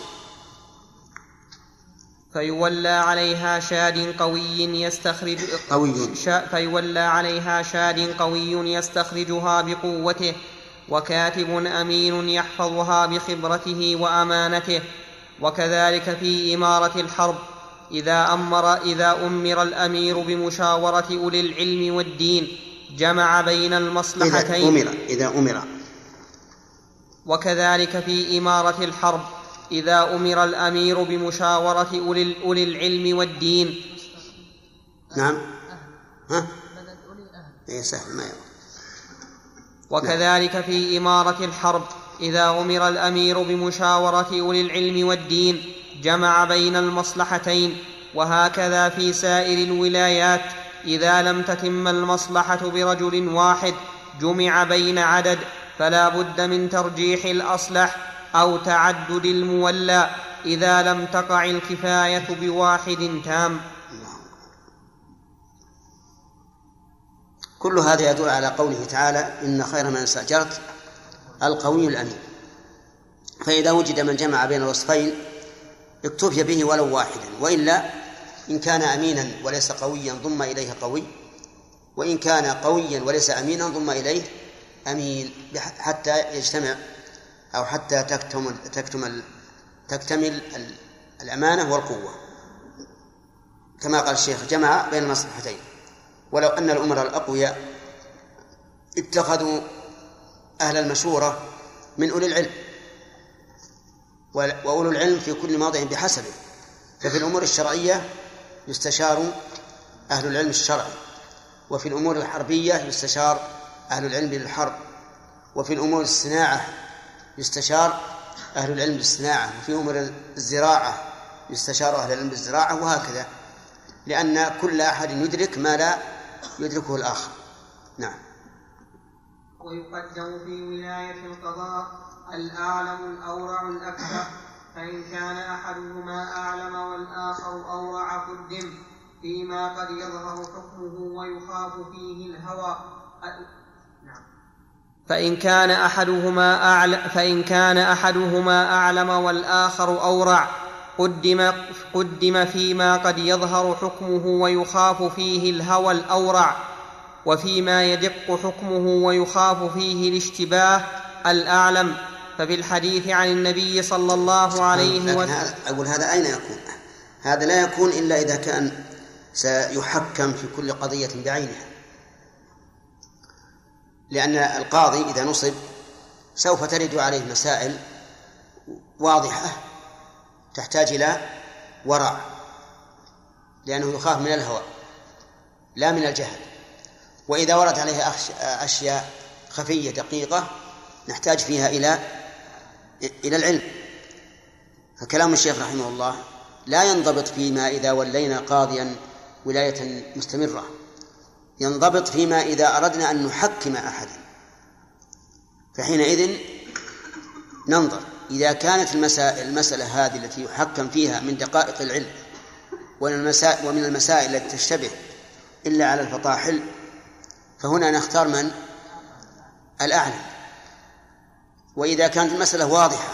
فيولى عليها شاد قوي يستخرج قوي شا فيولى عليها شاد قوي يستخرجها بقوته، وكاتب أمين يحفظها بخبرته وأمانته. وكذلك في إمارة الحرب إذا أمر, إذا أمر الأمير بمشاورة أولي العلم والدين جمع بين المصلحتين. إذا أمر, إذا أمر. وكذلك في إمارة الحرب إذا أمر الأمير بمشاورة أولي العلم والدين. نعم. ها؟ إيه سهل ما يرى. وكذلك في إمارة الحرب إذا أمر الأمير بمشاورة أولي العلم والدين جمع بين المصلحتين. وهكذا في سائر الولايات إذا لم تتم المصلحة برجل واحد جمع بين عدد، فلا بد من ترجيح الأصلح أو تعدد المولى إذا لم تقع الكفاية بواحد تام. كل هذا يدل على قوله تعالى: إن خير من استأجرت القوي الأمين. فإذا وجد من جمع بين الوصفين اكتفي به ولو واحدا، وإلا إن كان أمينا وليس قويا ضم إليه قوي، وإن كان قويا وليس أمينا ضم إليه أمين، حتى يجتمع أو حتى تكتمل, تكتمل, تكتمل الأمانة والقوة، كما قال الشيخ: جمع بين المصلحتين. ولو أن الأمراء الأقوياء اتخذوا أهل المشورة من أولي العلم، وأولو العلم في كل موضع بحسبه، ففي الأمور الشرعية يستشار أهل العلم الشرعي، وفي الأمور الحربية يستشار أهل العلم بالحرب، وفي الأمور الصناعة يستشار أهل العلم بالصناعة، وفي أمور الزراعة يستشار أهل العلم بالزراعة، وهكذا، لأن كل أحد يدرك ما لا يدركه الآخر. نعم. ويقدم في ولاية القضاء الأعلم الأورع الأكثر، فإن كان أحدهما أعلم والآخر أورع قدم فيما قد يظهر حكمه ويخاف فيه الهوى. نعم. فإن كان أحدهما أعلم فإن كان أحدهما أعلم والآخر أورع قدم قدم فيما قد يظهر حكمه ويخاف فيه الهوى الأورع، وفيما يدق حكمه ويخاف فيه الاشتباه الأعلم. ففي الحديث عن النبي صلى الله عليه وسلم. أقول هذا أين يكون؟ هذا لا يكون إلا إذا كان سيحكم في كل قضية بعينها، لأن القاضي إذا نصب سوف ترد عليه مسائل واضحة تحتاج إلى ورع، لأنه يخاف من الهوى لا من الجهل. وإذا ورد عليه أشياء خفية دقيقة نحتاج فيها إلى إلى العلم. فكلام الشيخ رحمه الله لا ينضبط فيما إذا ولينا قاضيا ولاية مستمرة، ينضبط فيما إذا أردنا أن نحكم أحدا، فحينئذ ننظر إذا كانت المسائل المسألة هذه التي يحكم فيها من دقائق العلم ومن المسائل التي تشتبه إلا على الفطاحل، فهنا نختار من؟ الأعلم. وإذا كانت المسألة واضحة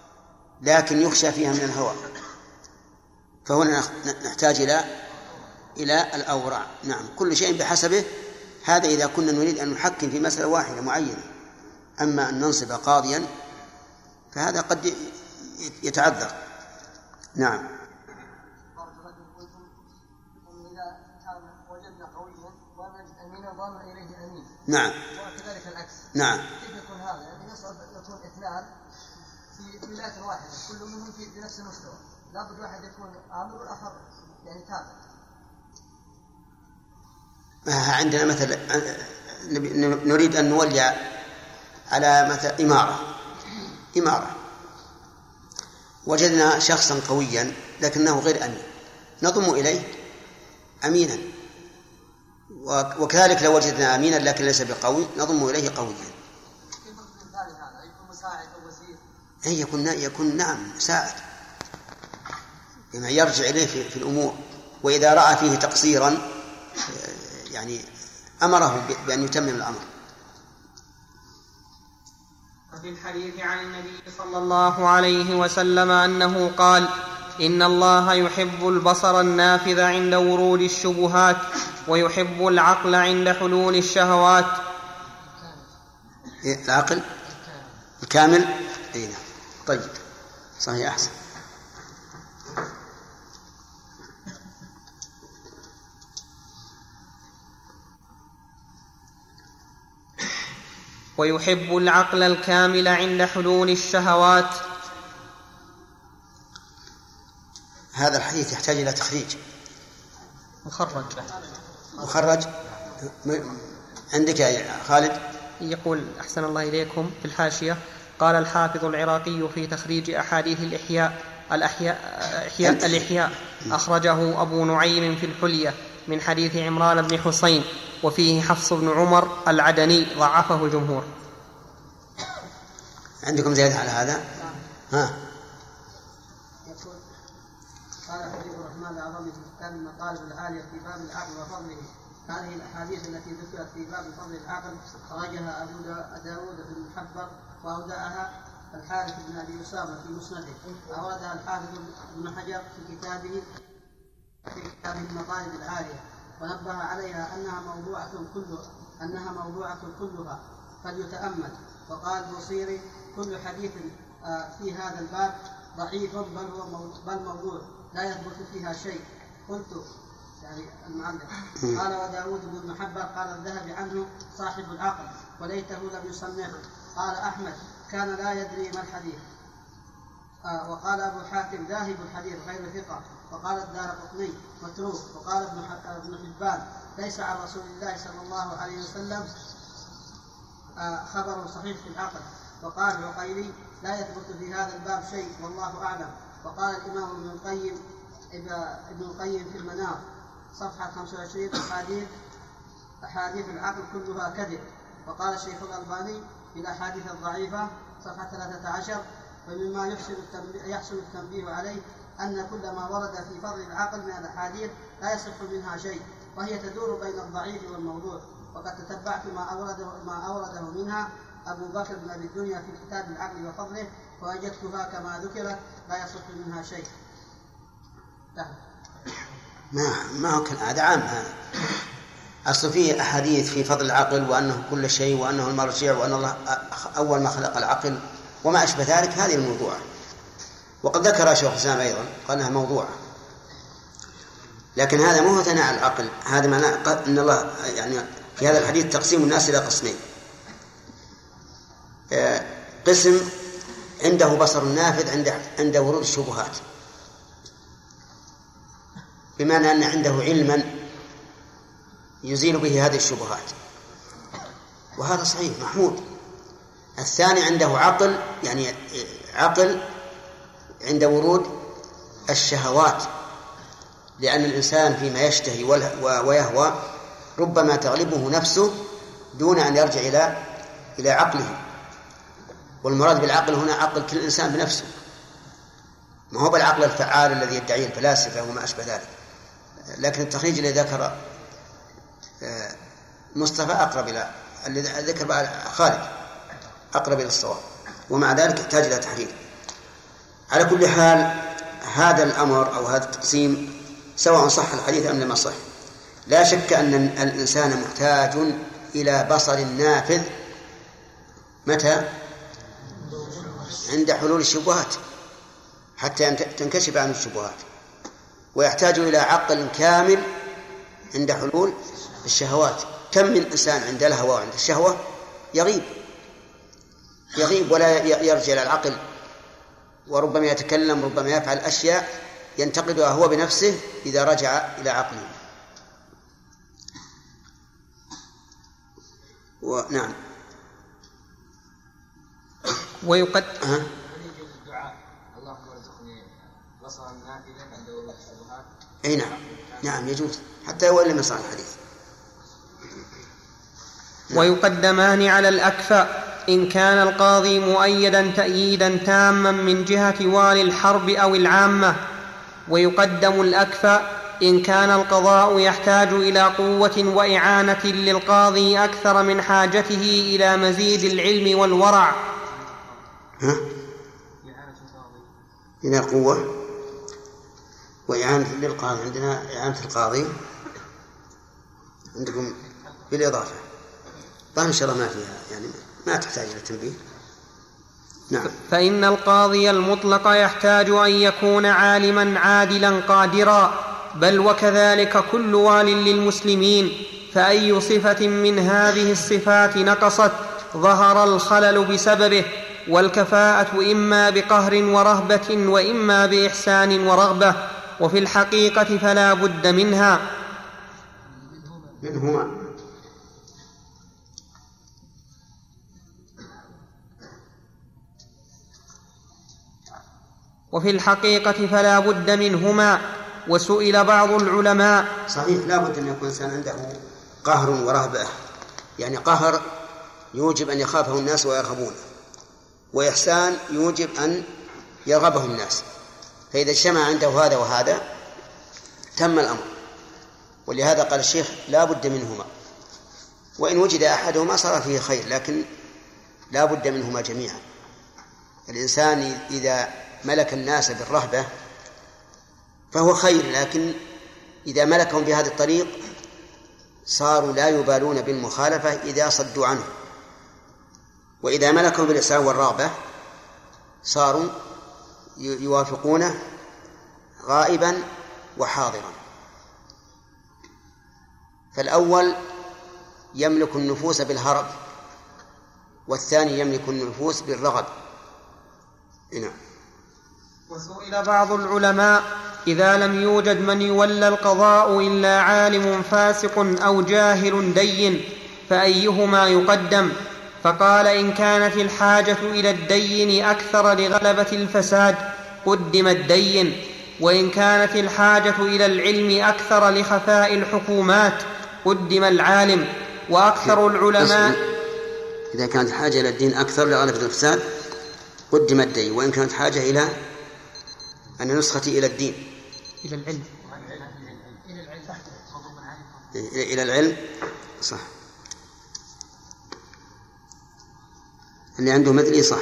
لكن يخشى فيها من الهوى فهنا نحتاج إلى إلى الأورع. نعم، كل شيء بحسبه. هذا إذا كنا نريد أن نحكم في مسألة واحدة معينة. أما أن ننصب قاضيا فهذا قد يتعذر. نعم. نعم. وكذلك العكس. نعم. كيف يكون هذا؟ يعني يصعب يكون اثنان في ولاية واحدة كل منهم في نفس المستوى، لابد واحد يكون عامل والآخر يعني تابع. عندنا مثل نريد أن نولي على مثل إمارة إمارة وجدنا شخصا قويا لكنه غير أمين، نضم إليه أمينا، وكذلك لو وجدنا أمينا لكن ليس بقوي نضم إليه قويا. كيف مثال هذا؟ يكون مساعد أو وزير؟ أي يكون يكون نعم مساعد بما يرجع إليه في, في الأمور، وإذا رأى فيه تقصيرا يعني أمره بأن يتمم الأمر. وفي الحديث عن النبي صلى الله عليه وسلم أنه قال: إن الله يحب البصر النافذ عند ورود الشبهات ويحب العقل عند حلول الشهوات. العقل الكامل. أي نعم. طيب صحيح أحسن. ويحب العقل الكامل عند حلول الشهوات. هذا الحديث يحتاج إلى تخريج. مخرج مخرج عندك يا خالد. يقول أحسن الله إليكم في الحاشية: قال الحافظ العراقي في تخريج أحاديث الإحياء الأحياء إحياء الإحياء أخرجه أبو نعيم في الحلية من حديث عمران بن حسين وفيه حفص بن عمر العدني ضعفه الجمهور. عندكم زيادة على هذا؟ ها. يقول قال حبيب الرحمن العظيم في كتاب المطالب العالية في باب العقل وفضله: هذه الأحاديث التي ذكرت في باب فضل العقل خرجها أبو داود بن محبر وأودعها الحارث بن أبي أسامة في مسنده، أوردها الحافظ بن حجر في كتابه في كتابه المطالب العالية، ونبه عليها أنها موضوعة كلها أنها موضوعة كلها فليتأمل. وقال البوصيري: كل حديث في هذا الباب ضعيف بل هو بل موضوع لا يثبت فيها شيء. قلت يعني المعلق. قال وداود بن محبر قال الذهبي عنه صاحب العقل وليته لم يصنعه. قال أحمد كان لا يدري ما الحديث. آه وقال أبو حاتم ذاهب الحديث غير ثقة. وقال الدارقطني متروك. وقال ابن حبان ليس عن رسول الله صلى الله عليه وسلم آه خبر صحيح في العقل. وقال العقيلي لا يثبت في هذا الباب شيء والله أعلم. وقال الإمام ابن القيم ابن القيم في المنار صفحة خمسة وعشرين: أحاديث أحاديث العقل كلها كذب. وقال الشيخ الألباني في الأحاديث الضعيفة صفحة ثلاثة عشر: ومما يحسن التنبيه عليه أن كل ما ورد في فضل العقل من الأحاديث لا يصح منها شيء، وهي تدور بين الضعيف والموضوع. وقد تتبعت ما أورده, ما أورده منها أبو بكر بن أبي الدنيا في كتاب العقل وفضله فوجدتها كما ذكرت لا يصح منها شيء. ما ما هو كان هذا عام. هذا أصل فيه أحاديث في فضل العقل وأنه كل شيء وأنه المرجع وأن الله أول ما خلق العقل وما أشبه ذلك. هذه الموضوع. وقد ذكر شيخ الإسلام أيضا قال أنها موضوعة، لكن هذا مو ثناء على العقل. هذا معناه أن الله يعني في هذا الحديث تقسيم الناس إلى قسمين: قسم عنده بصر نافذ عند عند ورود الشبهات، بمعنى أن عنده علما يزيل به هذه الشبهات، وهذا صحيح محمود. الثاني عنده عقل، يعني عقل عند ورود الشهوات، لأن الإنسان فيما يشتهي ويهوى ربما تغلبه نفسه دون أن يرجع إلى إلى عقله. والمراد بالعقل هنا عقل كل إنسان بنفسه، ما هو بالعقل الفعال الذي يدعيه الفلاسفة وما أشبه ذلك. لكن التخريج الذي ذكر مصطفى أقرب إلى الذي ذكر خالد أقرب إلى الصواب، ومع ذلك يحتاج إلى تحرير. على كل حال هذا الأمر أو هذا التقسيم سواء صح الحديث أم لم يصح. لا شك أن الإنسان محتاج إلى بصر نافذ متى؟ عند حلول الشبهات حتى تنكشف عن الشبهات، ويحتاج إلى عقل كامل عند حلول الشهوات. كم من إنسان عند الهوى وعند الشهوة يغيب يغيب ولا يرجع إلى العقل، وربما يتكلم ربما يفعل أشياء ينتقدها هو بنفسه إذا رجع إلى عقله. ونعم. ويقد أه؟ أي نعم نعم يجوز حتى وإن لم يصح الحديث. نعم. ويقدمان على الأكفى إن كان القاضي مؤيدا تأييدا تاما من جهة والي الحرب أو العامة، ويقدم الأكفى إن كان القضاء يحتاج إلى قوة وإعانة للقاضي أكثر من حاجته إلى مزيد العلم والورع. ها؟ إلى قوة وإعانة للقاضي. عندنا إعانة القاضي عندكم بالإضافة، طيب إن شاء الله ما فيها يعني ما تحتاج إلى تنبيه. نعم. فإن القاضي المطلق يحتاج أن يكون عالما عادلا قادرا، بل وكذلك كل وال للمسلمين، فأي صفة من هذه الصفات نقصت ظهر الخلل بسببه، والكفاءة إما بقهر ورهبة وإما بإحسان ورغبة، وفي الحقيقة فلا بد منها منهما. وفي الحقيقة فلا بد منهما. وسئل بعض العلماء. صحيح لا بد أن يكون إنسان عنده قهر ورهبة، يعني قهر يوجب أن يخافه الناس ويرهبونه، وإحسان يوجب أن يرغبه الناس، فإذا اجتمع عنده هذا وهذا تم الأمر. ولهذا قال الشيخ لا بد منهما، وإن وجد أحدهما صار فيه خير، لكن لا بد منهما جميعا. الإنسان إذا ملك الناس بالرهبة فهو خير، لكن إذا ملكهم بهذا الطريق صاروا لا يبالون بالمخالفة إذا صدوا عنه، وإذا ملكهم بالإحسان والرغبة صاروا يوافقونه غائبا وحاضرا. فالأول يملك النفوس بالهرب، والثاني يملك النفوس بالرغب. نعم. وسئل بعض العلماء إذا لم يوجد من يولى القضاء إلا عالم فاسق أو جاهل دين فأيهما يقدم؟ فقال إن كانت الحاجة إلى الدين أكثر لغلبة الفساد قدم الدين، وإن كانت الحاجة إلى العلم أكثر لخفاء الحكومات قدم العالم. وأكثر العلماء إذا كانت الحاجة إلى الدين أكثر لغلبة الفساد قدم الدين، وإن كانت حاجة إلى أن نسخة إلى الدين إلى العلم إلى العلم صح. اللي عنده مثلي صح.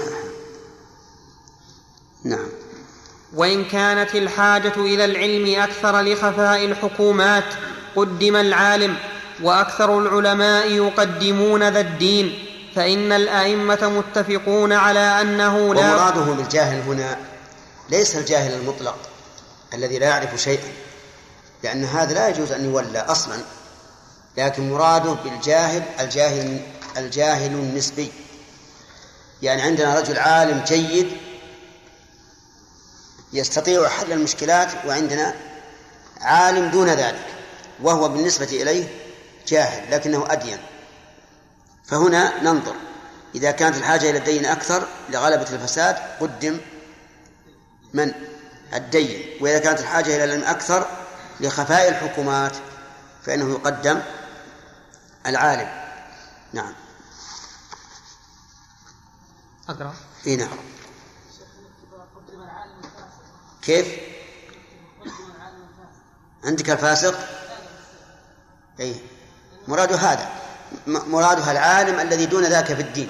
نعم. وإن كانت الحاجة إلى العلم أكثر لخفاء الحكومات قدم العالم. وأكثر العلماء يقدمون ذا الدين، فإن الأئمة متفقون على أنه لا. ومراده بالجاهل هنا ليس الجاهل المطلق الذي لا يعرف شيئا، لأن هذا لا يجوز أن يولى أصلا، لكن مراده بالجاهل الجاهل الجاهل النسبي. يعني عندنا رجل عالم جيد يستطيع حل المشكلات، وعندنا عالم دون ذلك وهو بالنسبة إليه جاهل لكنه أدين. فهنا ننظر إذا كانت الحاجة إلى الدين أكثر لغلبة الفساد قدم من الدين، وإذا كانت الحاجة إلى العلم أكثر لخفاء الحكومات فإنه يقدم العالم. نعم. أقرأ. إيه نعم. كيف؟ عندك الفاسق؟ أي مراد هذا مرادها العالم الذي دون ذاك في الدين.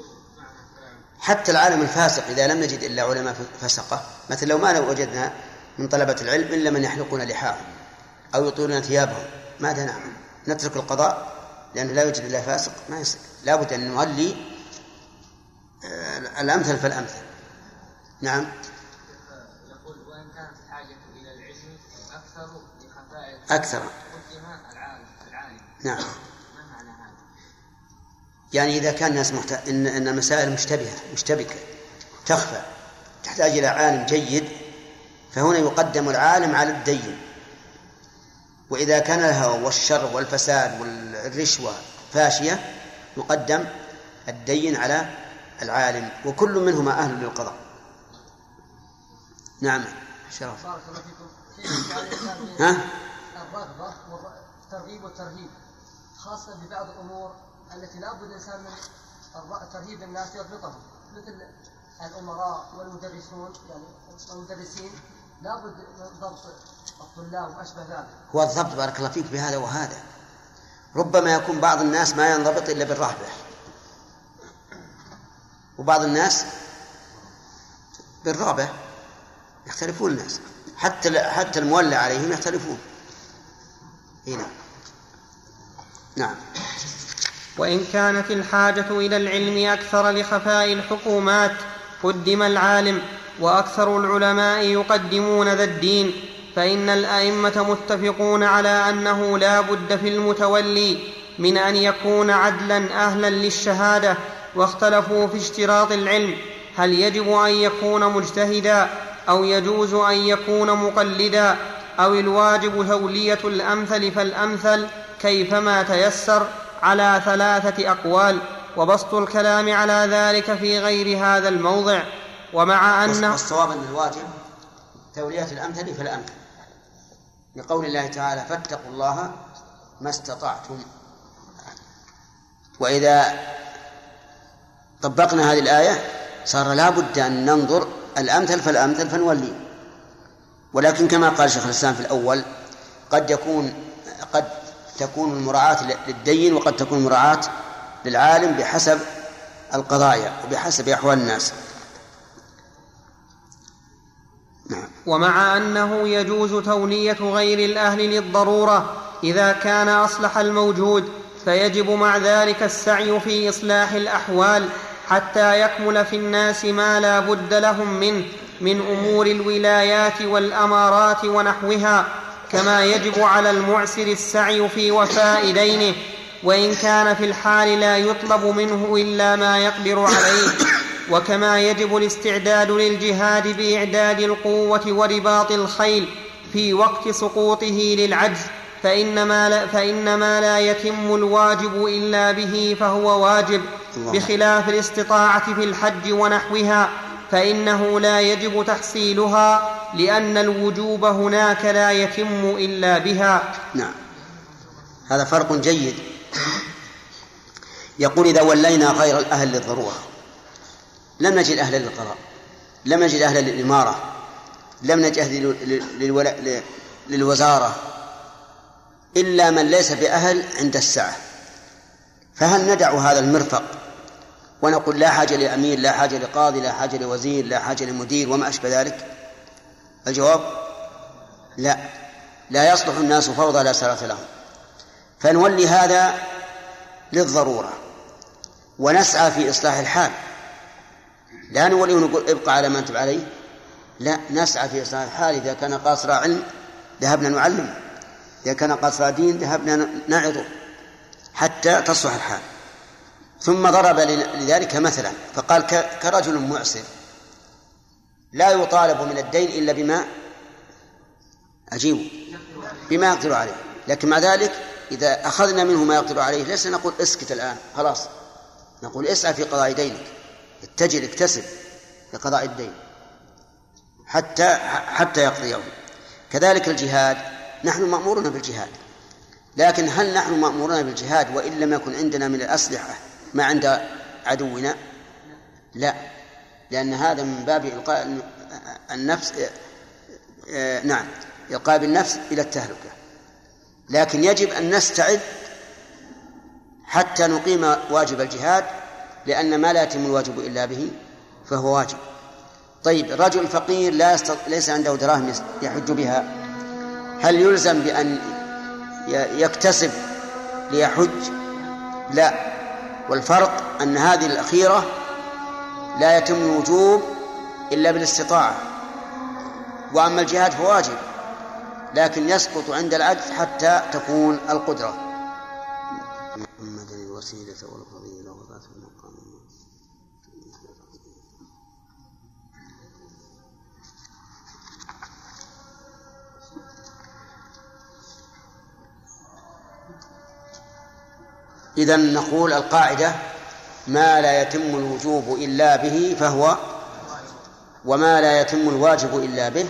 حتى العالم الفاسق إذا لم نجد إلا علماء فسقة، مثل لو ما لو وجدنا من طلبة العلم إلا من يحلقون لحاهم أو يطولون ثيابهم، ماذا نعمل؟ نترك القضاء لأنه لا يوجد إلا فاسق؟ ما يصير، لا بد أن نولي الأمثل فالأمثل. نعم. يقول وإن كانت الحاجة إلى العلم أكثر لخفاء أكثر قدم العالم العالم. نعم. ما معنى هذا؟ يعني إذا كان الناس محت... إن... إن المسائل مشتبهة مشتبكة تخفى تحتاج إلى عالم جيد، فهنا يقدم العالم على الدين. وإذا كان الهوى والشر والفساد والرشوة فاشية يقدم الدين على العالم، وكل منهما أهل للقضاء. نعم. شرف. بارك الله فيكم. ها؟ الرغبة والترغيب والترهيب خاصة ببعض الأمور التي لا بد الإنسان من ترهيب الناس يضبطهم، مثل الأمراء والمدرسون، يعني المدرسين لا بد من ضبط الطلاب وأشبه ذلك. هو الضبط بارك الله فيك بهذا وهذا. ربما يكون بعض الناس ما ينضبط إلا بالرهبة، وبعض الناس بالرغبة، يختلفون الناس، حتى حتى المولى عليهم يختلفون. هنا. نعم. وإن كانت الحاجة إلى العلم أكثر لخفاء الحكومات قدم العالم، وأكثر العلماء يقدمون ذا الدين، فإن الأئمة متفقون على أنه لا بد في المتولي من أن يكون عدلا أهلا للشهادة، واختلفوا في اشتراط العلم، هل يجب أن يكون مجتهدا أو يجوز أن يكون مقلدا، أو الواجب تولية الأمثل فالأمثل كيفما تيسر، على ثلاثة أقوال، وبسط الكلام على ذلك في غير هذا الموضع. ومع أن الصواب أن الواجب تولية الأمثل فالأمثل، لقول الله تعالى فاتقوا الله ما استطعتم. وإذا طبقنا هذه الآية صار لا بد أن ننظر الأمثل فالأمثل فنولي. ولكن كما قال شيخ الإسلام في الأول قد يكون قد تكون المراعاة للدين وقد تكون المراعاة للعالم بحسب القضايا وبحسب أحوال الناس. نعم. ومع أنه يجوز تولية غير الأهل للضرورة إذا كان أصلح الموجود، فيجب مع ذلك السعي في إصلاح الأحوال حتى يكمل في الناس ما لا بد لهم منه من أمور الولايات والأمارات ونحوها، كما يجب على المعسر السعي في وفاء دينه، وإن كان في الحال لا يطلب منه إلا ما يقدر عليه. وكما يجب الاستعداد للجهاد بإعداد القوة ورباط الخيل في وقت سقوطه للعجز، فإنما لا, فإنما لا يتم الواجب إلا به فهو واجب، بخلاف الاستطاعة في الحج ونحوها، فإنه لا يجب تحصيلها لأن الوجوب هناك لا يتم إلا بها. نعم، هذا فرق جيد. يقول إذا ولينا غير الأهل للضرورة لم نجد أهلا للقضاء، لم نجد أهلا للإمارة، لم نجد للوزارة إلا من ليس بأهل عند الساعة، فهل ندع هذا المرفق ونقول لا حاجة لأمير، لا حاجة لقاضي، لا حاجة لوزير، لا حاجة لمدير وما أشبه ذلك؟ الجواب لا، لا يصلح الناس فوضى لا سرة لهم، فنولي هذا للضرورة ونسعى في إصلاح الحال، لا نوليه ونقول ابقى على ما أنت عليه، لا، نسعى في إصلاح الحال. إذا كان قاصر علم ذهبنا نعلم، إذا كان قاصر دين ذهبنا نعظه حتى تصلح الحال. ثم ضرب لذلك مثلا فقال كرجل معسر لا يطالب من الدين إلا بما أجيبه بما يقدر عليه، لكن مع ذلك إذا أخذنا منه ما يقدر عليه ليس نقول اسكت الآن خلاص، نقول اسعى في قضاء دينك، اتجل اكتسب لقضاء الدين حتى حتى يقضيه. كذلك الجهاد، نحن مأمورون بالجهاد، لكن هل نحن مأمورون بالجهاد وإن لم يكن عندنا من الأسلحة ما عند عدونا؟ لا، لأن هذا من باب إلقاء النفس نعم إلقاء بالنفس إلى التهلكة، لكن يجب أن نستعد حتى نقيم واجب الجهاد، لأن ما لا يتم الواجب إلا به فهو واجب. طيب رجل فقير لا يستط... ليس عنده دراهم يحج بها، هل يلزم بأن يكتسب ليحج؟ لا، والفرق أن هذه الأخيرة لا يتم الوجوب إلا بالاستطاعة، وأما الجهاد فواجب لكن يسقط عند العجز حتى تكون القدرة. محمد الوسيلة والفضيلة وذات المقام. إذن نقول القاعدة: ما لا يتم الوجوب إلا به فهو، وما لا يتم الواجب إلا به.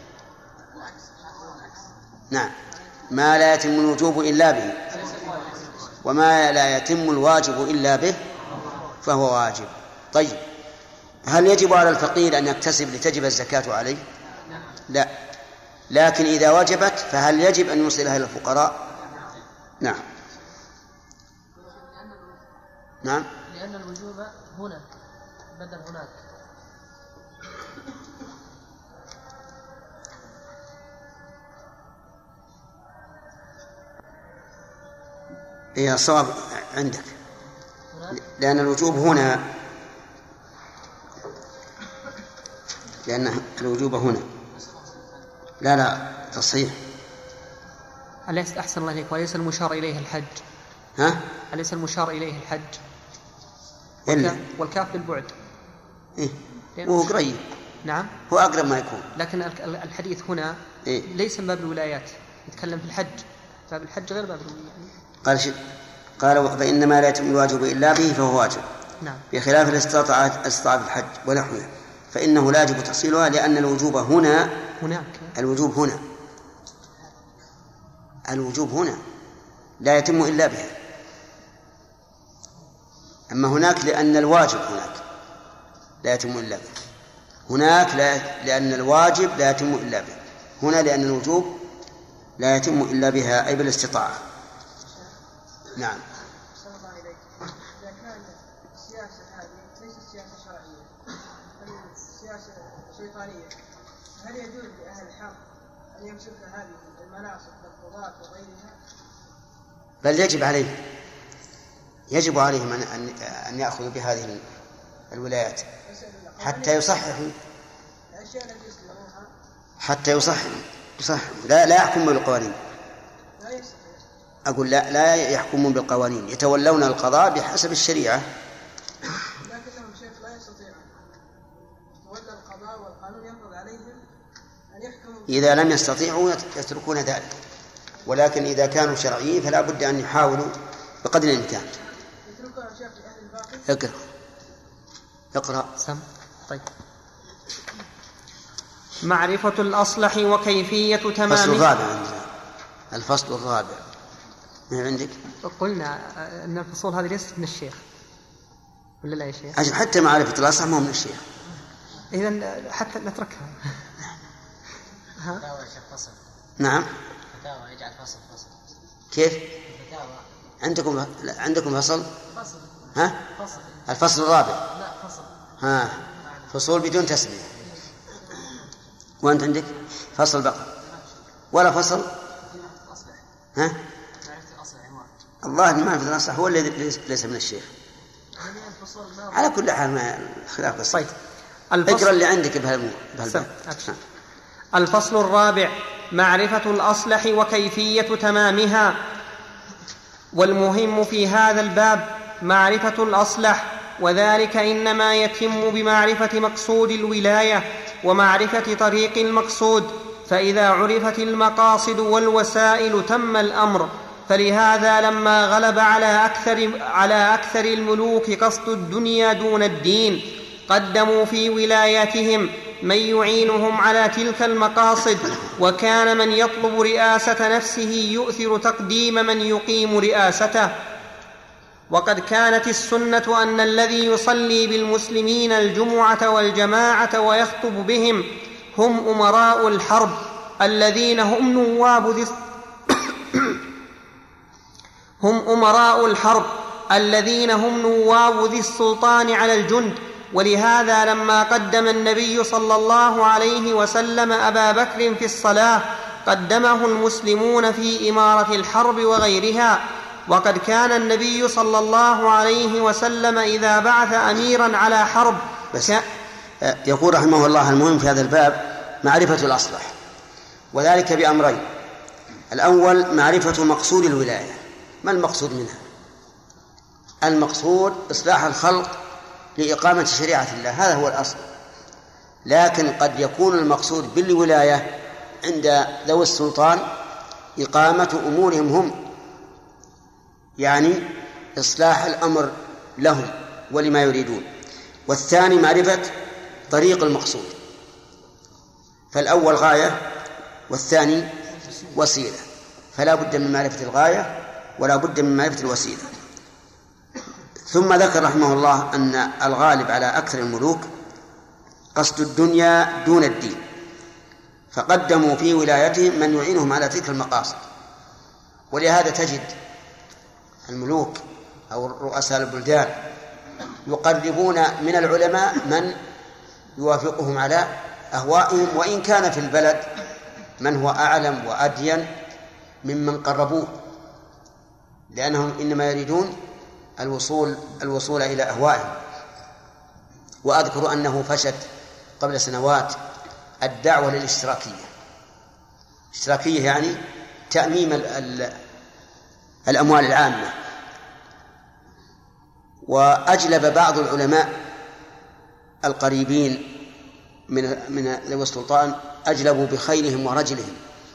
نعم، ما لا يتم الوجوب إلا به وما لا يتم الواجب إلا به فهو واجب. طيب، هل يجب على الفقير أن يكتسب لتجب الزكاة عليه؟ لا، لكن إذا وجبت فهل يجب أن يوصلها إلى الفقراء؟ نعم. نعم، لأن الوجوب هنا بدل هناك. هي الصواب عندك، لأن الوجوب هنا، لأن الوجوب هنا. لا لا تصحيح. أليس أحسن الله إليك وليس المشار إليه الحج؟ ها؟ أليس المشار إليه الحج؟ إلا والكاف بالبعد. إيه؟ وهو قريب. نعم، هو أقرب ما يكون. لكن الحديث هنا إيه؟ ليس من باب الولايات، يتكلم في الحج، باب الحج غير باب الولايات. قال شيء، قال فإنما لا يتم الواجب إلا به فهو واجب. نعم. بخلاف الاستطاعة استطاعة الحج ونحوها فإنه لا يجب تحصيلها، لأن الوجوب هنا هناك. الوجوب هنا الوجوب هنا لا يتم إلا بها. أما هناك لأن الواجب هناك لا يتم إلا به. هناك لا لأن الواجب لا يتم إلا به. هنا لأن الوجوب لا يتم إلا بها، أي بالاستطاعة. نعم. صلى الله عليك. إذا كان السياسة هذه ليست سياسة شرعية بل سياسة شيطانية، هل يجوز لأهل الحق أن يمسك هذه المناصب كالقضاة وغيرها؟ بل يجب عليه يجب عليهم أن أن يأخذوا بهذه الولايات حتى يصححوا حتى يصححوا يصححوا لا لا يحكمون بالقوانين. أقول لا لا يحكمون بالقوانين، يتولون القضاء بحسب الشريعة. لكنهم شيخ لا يستطيعون يتولى القضاء والقانون يفرض عليهم أن يحكموا. إذا لم يستطيعوا يتركون ذلك، ولكن إذا كانوا شرعيين فلا بد أن يحاولوا بقدر الإمكان. يتركون شيخ لأهل الباقي. اقرأ اقرأ سم. طيب. معرفة الأصلح وكيفية تمامه. الفصل الرابع عندنا. الفصل الرابع من عندك؟ قلنا أن الفصول هذه ليست من الشيخ ولا لا يا شيخ؟ أجل حتى معرفة الأصلح ما هو من الشيخ. إذن حتى نتركها. فتاوى يا شيخ فصل. نعم. فتاوى يجعل فصل فصل. كيف؟ فتاوى. عندكم عندكم فصل؟ فصل. ها؟ فصل. الفصل الرابع. لا فصل. ها. فصول بدون تسمية. وأنت عندك فصل بقى ولا فصل؟ ها؟ الله ما في الأصح هو الذي ليس من الشيخ. على كل حال ما خلاف الصيد. اقرأ اللي عندك بهالباب. الفصل الرابع معرفة الأصلح وكيفية تمامها. والمهم في هذا الباب معرفة الأصلح، وذلك إنما يتم بمعرفة مقصود الولاية ومعرفة طريق المقصود، فإذا عرفت المقاصد والوسائل تم الأمر. فلهذا لما غلب على أكثر, على أكثر الملوك قصد الدنيا دون الدين قدموا في ولاياتهم من يعينهم على تلك المقاصد، وكان من يطلب رئاسة نفسه يؤثر تقديم من يقيم رئاسته. وقد كانت السنة أن الذي يصلي بالمسلمين الجمعة والجماعة ويخطب بهم هم أمراء الحرب الذين هم نواب ذي هم أمراء الحرب الذين هم نواب ذي السلطان على الجند، ولهذا لما قدم النبي صلى الله عليه وسلم أبا بكر في الصلاة قدمه المسلمون في إمارة الحرب وغيرها. وقد كان النبي صلى الله عليه وسلم إذا بعث أميرا على حرب بس يقول رحمه الله: المهم في هذا الباب معرفة الأصلح، وذلك بأمرين: الأول معرفة مقصود الولاية. ما المقصود منها؟ المقصود إصلاح الخلق لإقامة شريعة الله، هذا هو الأصل. لكن قد يكون المقصود بالولاية عند ذوي السلطان إقامة أمورهم هم، يعني إصلاح الأمر لهم ولما يريدون. والثاني معرفة طريق المقصود، فالأول غاية والثاني وسيلة، فلا بد من معرفة الغاية ولا بد من معرفة الوسيلة. ثم ذكر رحمه الله أن الغالب على أكثر الملوك قصد الدنيا دون الدين، فقدموا في ولايتهم من يعينهم على تلك المقاصد. ولهذا تجد الملوك أو رؤساء البلدان يقربون من العلماء من يوافقهم على أهوائهم، وإن كان في البلد من هو أعلم وأدين ممن قربوه، لأنهم إنما يريدون الوصول الوصول إلى أهوائهم. وأذكر أنه فشت قبل سنوات الدعوة للاشتراكية. اشتراكية يعني تأميم الأموال العامة، وأجلب بعض العلماء القريبين من من ذوي السلطان أجلبوا بخيلهم ورجلهم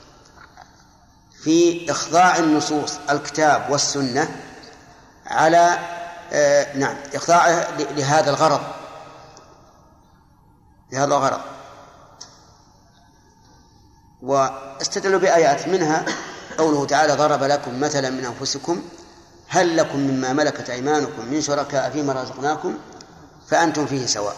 في إخضاع النصوص الكتاب والسنة على آه نعم إخضاعه لهذا الغرض لهذا الغرض واستدلوا بآيات، منها قوله تعالى: ضرب لكم مثلا من أنفسكم هل لكم مما ملكت أيمانكم من شركاء فيما رزقناكم فأنتم فيه سواء.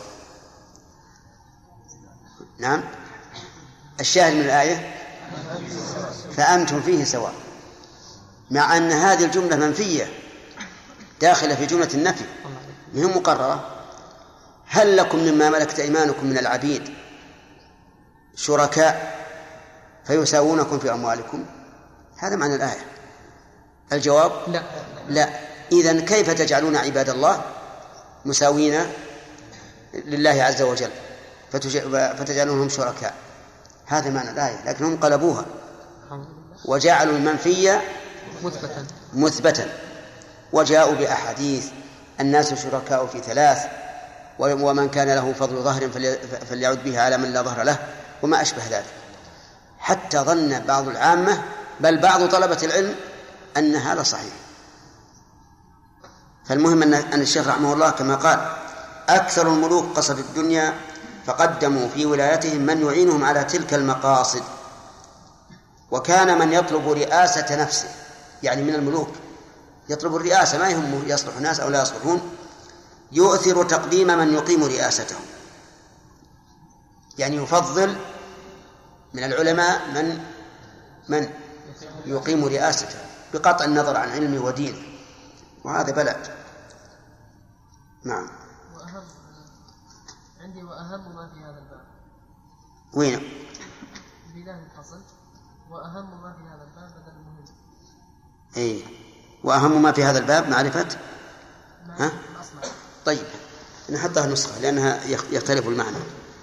نعم، الشاهد من الآية فأنتم فيه سواء، مع أن هذه الجملة منفية داخلة في جملة النفي هي مقررة. هل لكم مما ملكت أيمانكم من العبيد شركاء فيساوونكم في أموالكم؟ هذا معنى الآية. الجواب لا, لا. إذن كيف تجعلون عباد الله مساوين لله عز وجل فتجعلونهم شركاء؟ هذا معنى الآية، لكنهم قلبوها وجعلوا المنفية مثبتا مثبتا وجاءوا بأحاديث: الناس شركاء في ثلاث، ومن كان له فضل ظهر فليعد به على من لا ظهر له، وما أشبه ذلك، حتى ظن بعض العامة بل بعض طلبة العلم أن هذا صحيح. فالمهم أن الشيخ رحمه الله كما قال: أكثر الملوك قصد الدنيا فقدموا في ولايتهم من يعينهم على تلك المقاصد. وكان من يطلب رئاسة نفسه، يعني من الملوك يطلب الرئاسة ما يهمه يصلح الناس أو لا يصلحون، يؤثر تقديم من يقيم رئاسته، يعني يفضل من العلماء من من يقيم رئاسته بقطع النظر عن علمه ودينه، وهذا بلد. نعم. وأهم عندي وأهم ما في هذا الباب وين؟ بداية الفصل: وأهم ما في هذا الباب بدل المهم. إيه، وأهم ما في هذا الباب معرفة ها؟ طيب نحطها نسخة لأنها يختلف المعنى.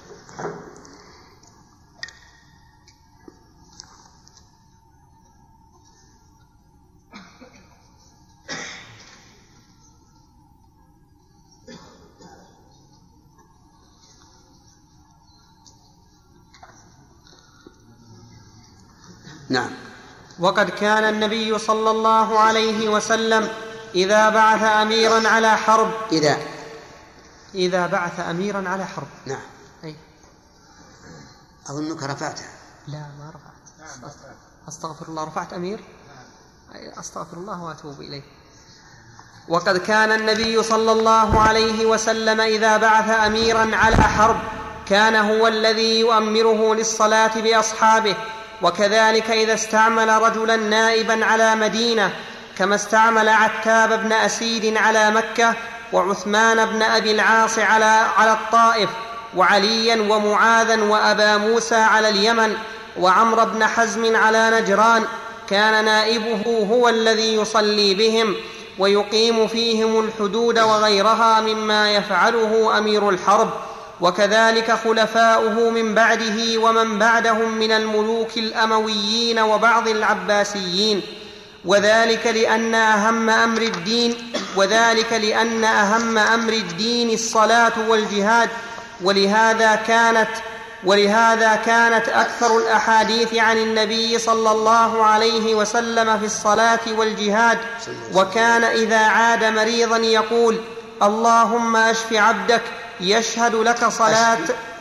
نعم. وقد كان النبي صلى الله عليه وسلم إذا بعث أميرا على حرب إذا إذا بعث أميرا على حرب نعم. أي. أظنك رفعتها. لا ما رفعت. أستغفر الله. رفعت أمير؟ أستغفر الله وأتوب إليه. وقد كان النبي صلى الله عليه وسلم إذا بعث أميرا على حرب كان هو الذي يؤمره للصلاة بأصحابه، وكذلك إذا استعمل رجلا نائبا على مدينة كما استعمل عتاب بن أسيد على مكة وعثمان بن أبي العاص على, على الطائف، وعليا ومعاذا وأبا موسى على اليمن، وعمر بن حزم على نجران، كان نائبه هو الذي يصلي بهم ويقيم فيهم الحدود وغيرها مما يفعله أمير الحرب، وكذلك خلفاؤه من بعده ومن بعدهم من الملوك الأمويين وبعض العباسيين، وذلك لأن أهم أمر الدين وذلك لأن أهم أمر الدين الصلاة والجهاد، ولهذا كانت ولهذا كانت أكثر الأحاديث عن النبي صلى الله عليه وسلم في الصلاة والجهاد. وكان إذا عاد مريضا يقول: اللهم أشف عبدك يشهد لك صلاة.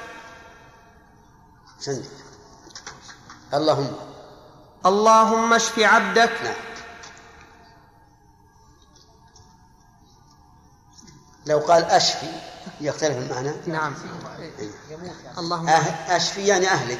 اللهم اللهم اشف عبدك. نعم. لو قال أشفي يختلف المعنى. نعم. اللهم أه... أشفي يعني أهلك.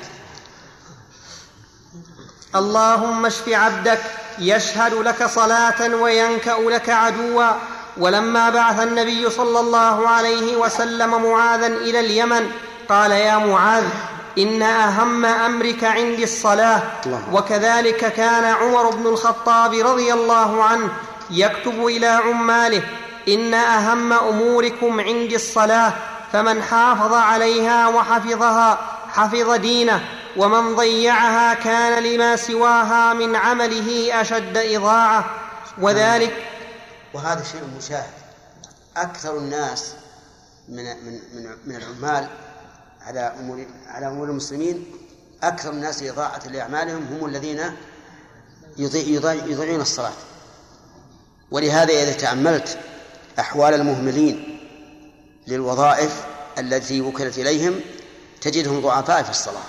اللهم اشف عبدك يشهد لك صلاة وينكأ لك عدوا. ولما بعث النبي صلى الله عليه وسلم معاذا إلى اليمن قال: يا معاذ، إن أهم أمرك عندي الصلاة. وكذلك كان عمر بن الخطاب رضي الله عنه يكتب إلى عماله: إن أهم أموركم عندي الصلاة، فمن حافظ عليها وحفظها حفظ دينه، ومن ضيعها كان لما سواها من عمله أشد إضاعة. وذلك وهذا شيء مشاهد. أكثر الناس من من من, من العمال على أمور على أمور المسلمين، أكثر الناس إضاعة لأعمالهم هم الذين يضيعون الصلاة. ولهذا إذا تأملت أحوال المهملين للوظائف التي وكلت إليهم تجدهم ضعفاء في الصلاة،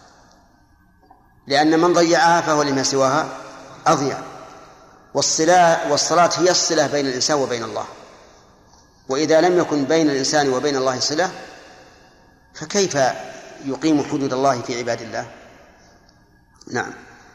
لأن من ضيعها فهو لما سواها أضيع. والصلاة والصلاة هي الصلة بين الإنسان وبين الله، وإذا لم يكن بين الإنسان وبين الله صلة فكيف يقيم حدود الله في عباد الله؟ نعم.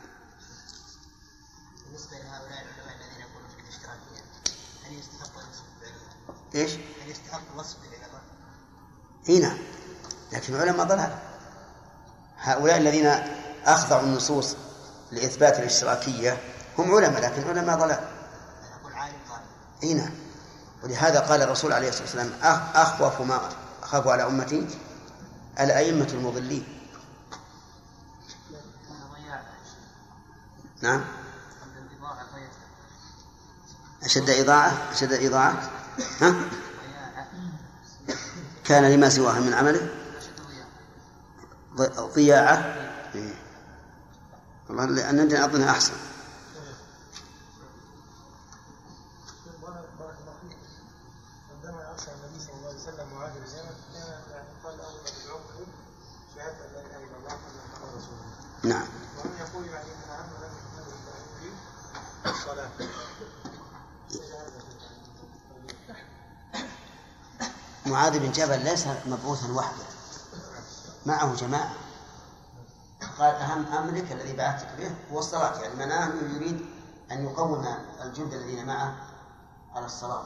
بالنسبة لهؤلاء العلماء الذين يقولون في الاشتراكية، هل يستحق الوصف بالعلماء؟ إيش؟ هل يستحق الوصف بالعلماء؟ إيه نعم، لكن العلماء ضلال. هؤلاء الذين أخضعوا النصوص لإثبات الاشتراكية هم علماء، لكن علماء ضلال. يقول عالم ضلال. إيه نعم. ولهذا قال الرسول عليه الصلاة والسلام: أخوف ما أخاف على أمتي الأئمة المضلين. نعم. أشد إضاعة أشد إضاعة ها؟ كان لما سواها من عمله ضياعة. والله لأن أظنها أحسن. عندما أرسل النبي صلى الله عليه وسلم معاذ بن جبل كان قال أول ما تدعوه شهادة لا إله إلا الله وأن محمدا رسول الله. نعم. ومن يقول يعني أن أهم من يكون الصلاة. معاذ بن جبل ليس مبعوثا وحده، معه جماعة. قال: أهم أمرك الذي بعثتك به هو الصلاة، يعني معناه أنه يريد أن يقوم الجند الذين معه على الصلاة.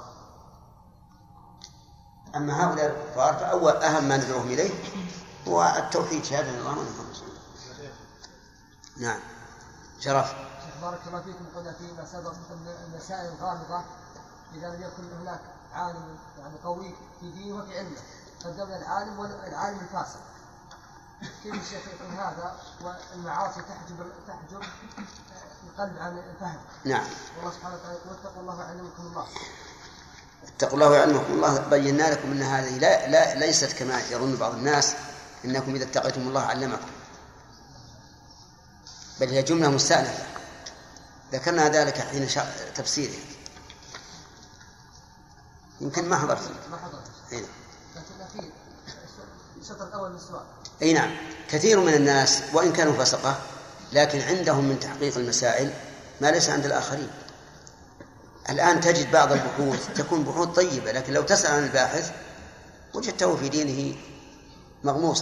أما هؤلاء الكفار فأول أهم ما ندعوهم إليه هو التوحيد، شهادة الله وأن محمدا رسول الله. نعم. شرف. بارك الله فيكم. قلنا فيما سبق أن المسائل الغامضة إذا لم يكن هناك عالم يعني قوي في دينه وفي علمه قدمنا العالم والعالم الفاسق. كيف الشيخ يقول هذا والمعاصي تحجب تحجب القلب عن الفهم؟ نعم. والله سبحانه وتعالى يقول: اتقوا الله ويعلمكم الله. اتقوا الله ويعلمكم الله. بينا لكم أن هذه لا, لا ليست كما يظن بعض الناس إنكم إذا اتقيتم الله علمكم، بل هي جملة مستأنفة ذكرنا ذلك حين تفسيره. يمكن ما حضرت ما حضرت إيه. لكن في الشطر الأول من السؤال. أي نعم. كثير من الناس وإن كانوا فسقة لكن عندهم من تحقيق المسائل ما ليس عند الآخرين. الآن تجد بعض البحوث تكون بحوث طيبة، لكن لو تسأل عن الباحث وجدته في دينه مغموصا.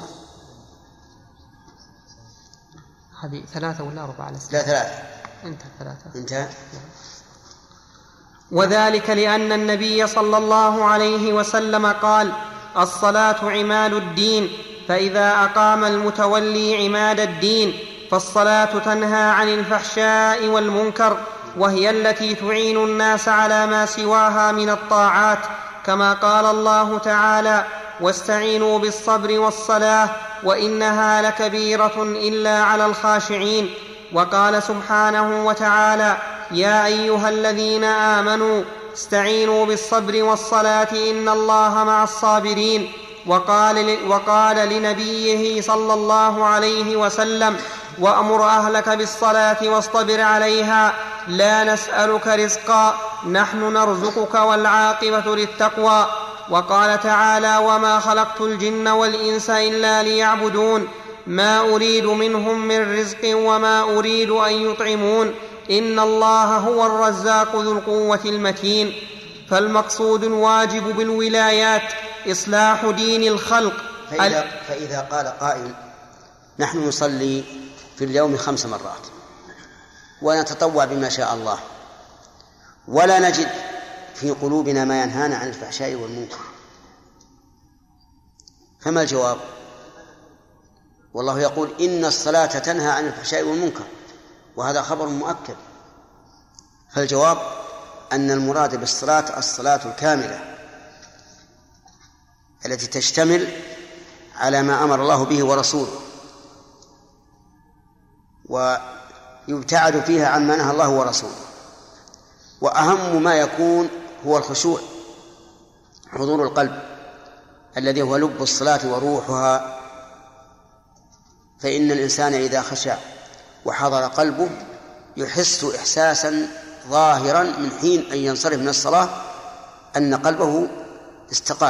هذه ثلاثة ولا أربعة؟ لا ثلاثة. انت ثلاثة. انت وذلك لأن النبي صلى الله عليه وسلم قال: الصلاة عماد الدين، فإذا أقام المتولي عماد الدين فالصلاة تنهى عن الفحشاء والمنكر، وهي التي تعين الناس على ما سواها من الطاعات، كما قال الله تعالى: واستعينوا بالصبر والصلاة وإنها لكبيرة إلا على الخاشعين. وقال سبحانه وتعالى: يا أيها الذين آمنوا استعينوا بالصبر والصلاة إن الله مع الصابرين. وقال, وقال لنبيه صلى الله عليه وسلم: وأمر أهلك بالصلاة واصطبر عليها لا نسألك رزقا نحن نرزقك والعاقبة للتقوى. وقال تعالى: وما خلقت الجن والإنس إلا ليعبدون ما أريد منهم من رزق وما أريد أن يطعمون إن الله هو الرزاق ذو القوة المتين. فالمقصود الواجب بالولايات إصلاح دين الخلق. فإذا, فإذا قال قائل: نحن نصلي في اليوم خمس مرات ونتطوع بما شاء الله، ولا نجد في قلوبنا ما ينهانا عن الفحشاء والمنكر، فما الجواب؟ والله يقول: إن الصلاة تنهى عن الفحشاء والمنكر، وهذا خبر مؤكد. فالجواب أن المراد بالصلاة الصلاة الكاملة التي تشتمل على ما أمر الله به ورسوله، ويبتعد فيها عما نهى الله ورسوله. وأهم ما يكون هو الخشوع، حضور القلب الذي هو لب الصلاة وروحها. فإن الإنسان إذا خشع وحضر قلبه يحس إحساسا ظاهرا من حين أن ينصرف من الصلاة أن قلبه استقام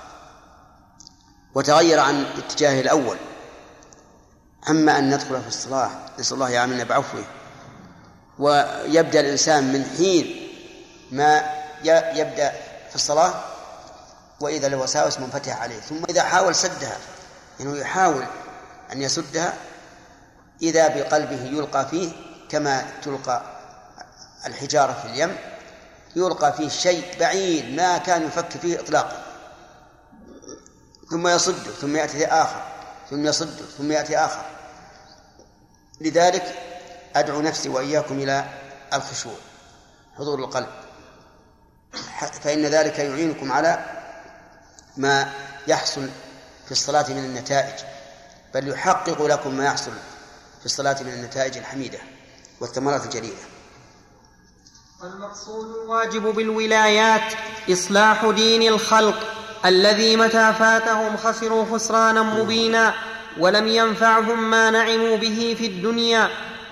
وتغير عن الاتجاه الأول. أما أن ندخل في الصلاة نسأل الله يعاملنا بعفوه ويبدأ الإنسان من حين ما يبدأ في الصلاة وإذا الوساوس منفتح عليه، ثم إذا حاول سدها، إنه يحاول أن يسدها، إذا بقلبه يلقى فيه كما تلقى الحجارة في اليم، يلقى فيه شيء بعيد ما كان يفكر فيه إطلاقا، ثم يصده، ثم يأتي آخر، ثم يصده، ثم يأتي آخر. لذلك أدعو نفسي وإياكم إلى الخشوع، حضور القلب، فإن ذلك يعينكم على ما يحصل في الصلاة من النتائج، بل يحقق لكم ما يحصل في الصلاة من النتائج الحميدة والثمرات الجليلة. المقصود الواجب بالولايات إصلاح دين الخلق الذي متى فاتهم خسروا خسرانا مبينا ولم ينفعهم ما نعموا به في الدنيا،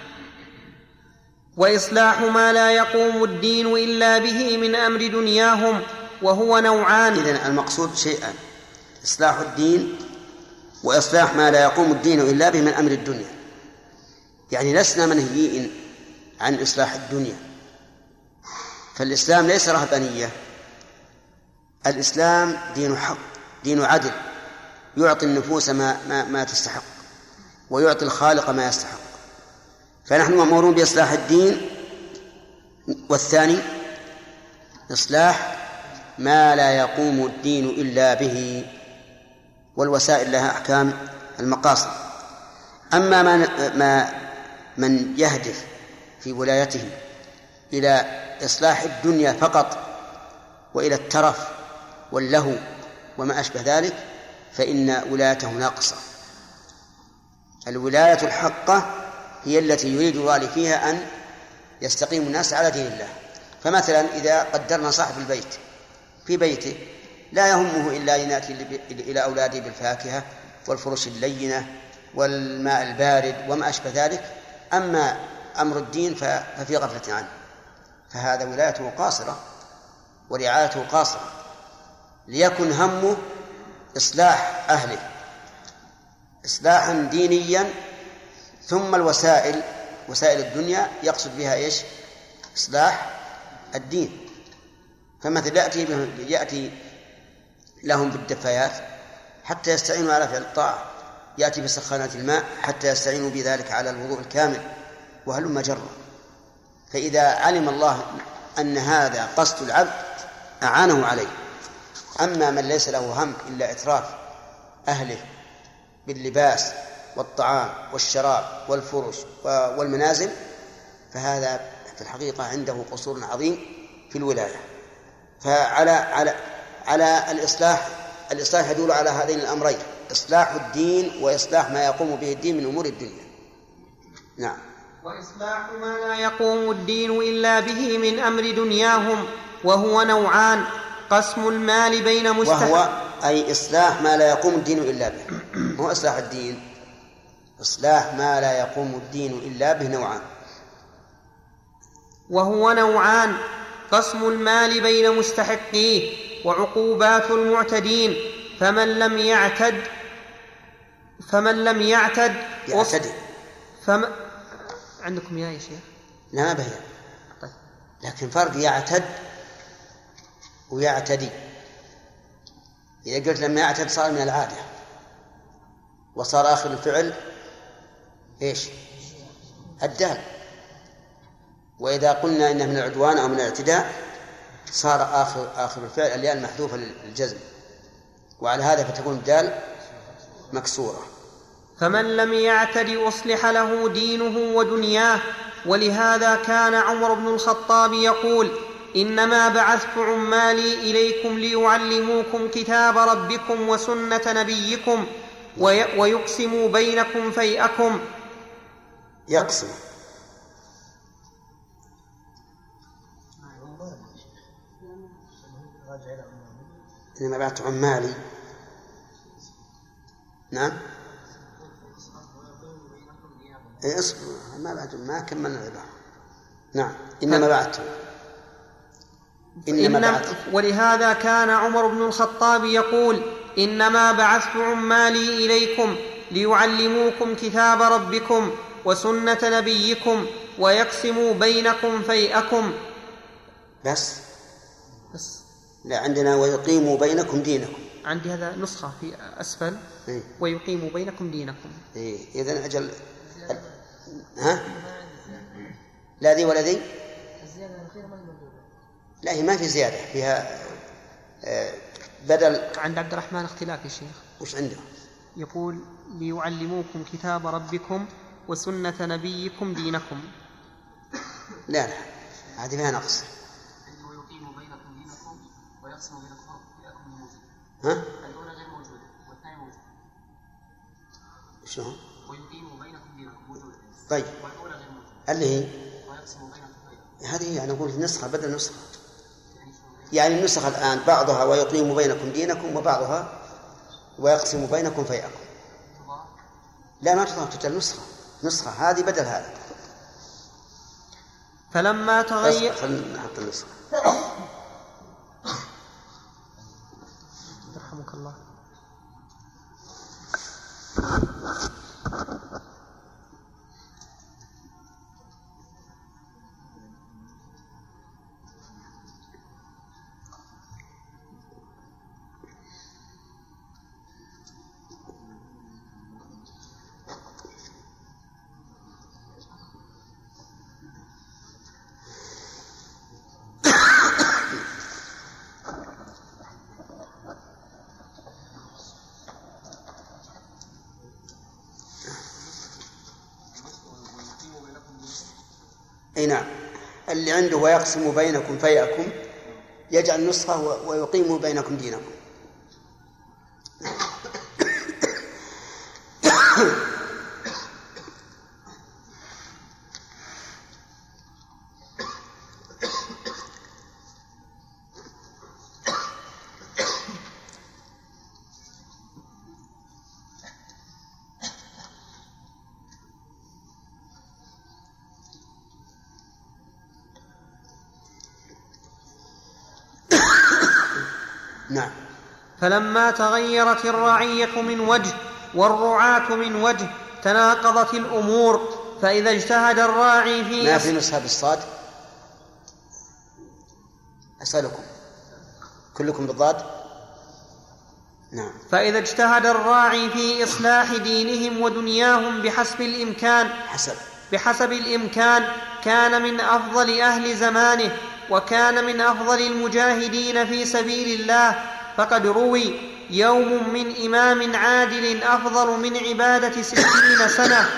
وإصلاح ما لا يقوم الدين إلا به من أمر دنياهم، وهو نوعان. إذن المقصود شيئان: إصلاح الدين وإصلاح ما لا يقوم الدين إلا به من أمر الدنيا. يعني لسنا منهيين عن إصلاح الدنيا، فالإسلام ليس رهبانية، الإسلام دين حق، دين عدل، يعطي النفوس ما, ما, ما تستحق، ويعطي الخالق ما يستحق. فنحن مأمورون بإصلاح الدين، والثاني إصلاح ما لا يقوم الدين إلا به، والوسائل لها أحكام المقاصد. أما ما من يهدف في ولايته إلى إصلاح الدنيا فقط وإلى الترف واللهو وما أشبه ذلك، فإن ولايته ناقصة. الولاية الحقة هي التي يريد الوالي فيها أن يستقيم الناس على دين الله. فمثلا إذا قدرنا صاحب البيت في بيته لا يهمه إلا أن يأتي إلى أولاده بالفاكهة والفرش اللينة والماء البارد وما أشبه ذلك، أما أمر الدين ففي غفلة عنه، فهذا ولايته قاصرة ورعايته قاصرة. ليكن همه إصلاح أهله إصلاحا دينيا، ثم الوسائل وسائل الدنيا يقصد بها إيش؟ إصلاح الدين. فمثل يأتي, يأتي لهم بالدفايات حتى يستعينوا على فعل الطاعة، يأتي بسخانات الماء حتى يستعينوا بذلك على الوضوء الكامل، وهلم جرا. فإذا علم الله أن هذا قصد العبد أعانه عليه. أما من ليس له هم إلا إتراف أهله باللباس والطعام والشراب والفرش والمنازل فهذا في الحقيقة عنده قصور عظيم في الولاية. فعلى على على الإصلاح الإصلاح يدل على هذين الأمرين: إصلاح الدين وإصلاح ما يقوم به الدين من أمور الدنيا. نعم. وإصلاح ما لا يقوم الدين إلا به من أمر دنياهم، وهو نوعان: قسم المال بين مستحق وهو أي إصلاح ما لا يقوم الدين إلا به. هو إصلاح الدين، إصلاح ما لا يقوم الدين إلا به نوعان. وهو نوعان: قسم المال بين مستحقيه، وعقوبات المعتدين. فمن لم يعتد فمن لم يعتد يعتدي فم... عندكم يا يا شيخ؟ لا بهي. طيب. لكن فرق يعتد ويعتدي. إذا قلت لم يعتد صار من العادة وصار آخر الفعل إيش؟ الدال. وإذا قلنا إنه من العدوان أو من الاعتداء صار آخر آخر الفعل الياء المحذوفة للجزم، وعلى هذا فتكون الدال مكسورة. فمن لم يعتد أصلح له دينه ودنياه. ولهذا كان عمر بن الخطاب يقول: إنما بعثت عمالي إليكم ليعلموكم كتاب ربكم وسنة نبيكم ويقسموا بينكم فيئكم. يقسم إنما بعثت عمالي. نعم. إيه اصبر ما بعد ما كملنا العبارة. نعم. إنما بعثت إنما إنما بعثت ولهذا كان عمر بن الخطاب يقول: إنما بعثت عمالي إليكم ليعلموكم كتاب ربكم وسنة نبيكم ويقسموا بينكم فيئكم. بس بس لا عندنا ويقيموا بينكم دينكم. عندي هذا نسخة في أسفل. إيه؟ ويقيموا بينكم دينكم. إيه إذن أجل. ها؟ لا ذي ولا ذي. لا هي ما في زيادة فيها. آه بدل. عند عبد الرحمن اختلاف يا شيخ. وش عنده؟ يقول: ليعلموكم كتاب ربكم وسنة نبيكم دينكم. لا لا هذه فيها نقص. ويقيموا بينكم دينكم ويقسموا بينكم فيئكم موجودة. ها؟ الأولى غير موجودة والثانية موجودة. شلون؟ ويقيموا بينكم دينكم موجودة. طيب. والأولى غير موجودة. اللي هي ويقسموا بينكم فيئكم. هذه يعني نقول نسخة بدل نسخة. يعني النسخة الآن بعضها ويقيموا بينكم دينكم وبعضها ويقسموا بينكم فيئكم. لا ما تضاف تجعل نسخة نسخة هذه بدل هذا. فلما تغير خلنا نحط النسخة. يرحمك الله. أي نعم. اللي عنده ويقسم بينكم فيئكم يجعل نسخة ويقيم بينكم دينكم. نعم. فلما تغيرت الرعية من وجه والرعاة من وجه تناقضت الأمور. فإذا اجتهد الراعي في ما في نسخة بالصاد. أسألكم كلكم بالضاد. نعم. فإذا اجتهد الراعي في إصلاح دينهم ودنياهم بحسب الإمكان حسب بحسب الإمكان كان من أفضل أهل زمانه وكان من أفضل المجاهدين في سبيل الله، فقد روي: يوم من إمام عادل أفضل من عبادة ستين سنة.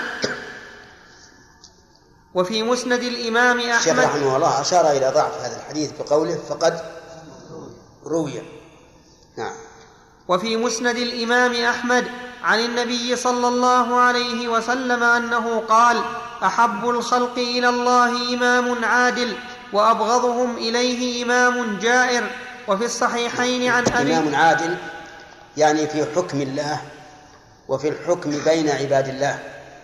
وفي مسند الإمام أحمد. الشيخ رحمه الله أشار إلى ضعف هذا الحديث بقوله فقد روي. نعم. وفي مسند الإمام أحمد عن النبي صلى الله عليه وسلم أنه قال: أحب الخلق إلى الله إمام عادل، وأبغضهم إليه إمام جائر. وفي الصحيحين عن أبي إمام عادل يعني في حكم الله وفي الحكم بين عباد الله.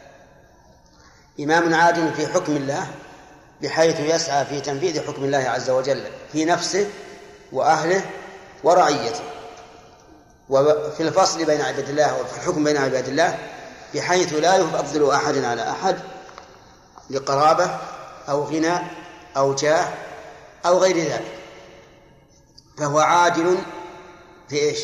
إمام عادل في حكم الله بحيث يسعى في تنفيذ حكم الله عز وجل في نفسه وأهله ورعيته، وفي الفصل بين عباد الله وفي الحكم بين عباد الله بحيث لا يفضل أحد على أحد لقرابة أو غنى أو جاه أو غير ذلك، فهو عادل في إيش؟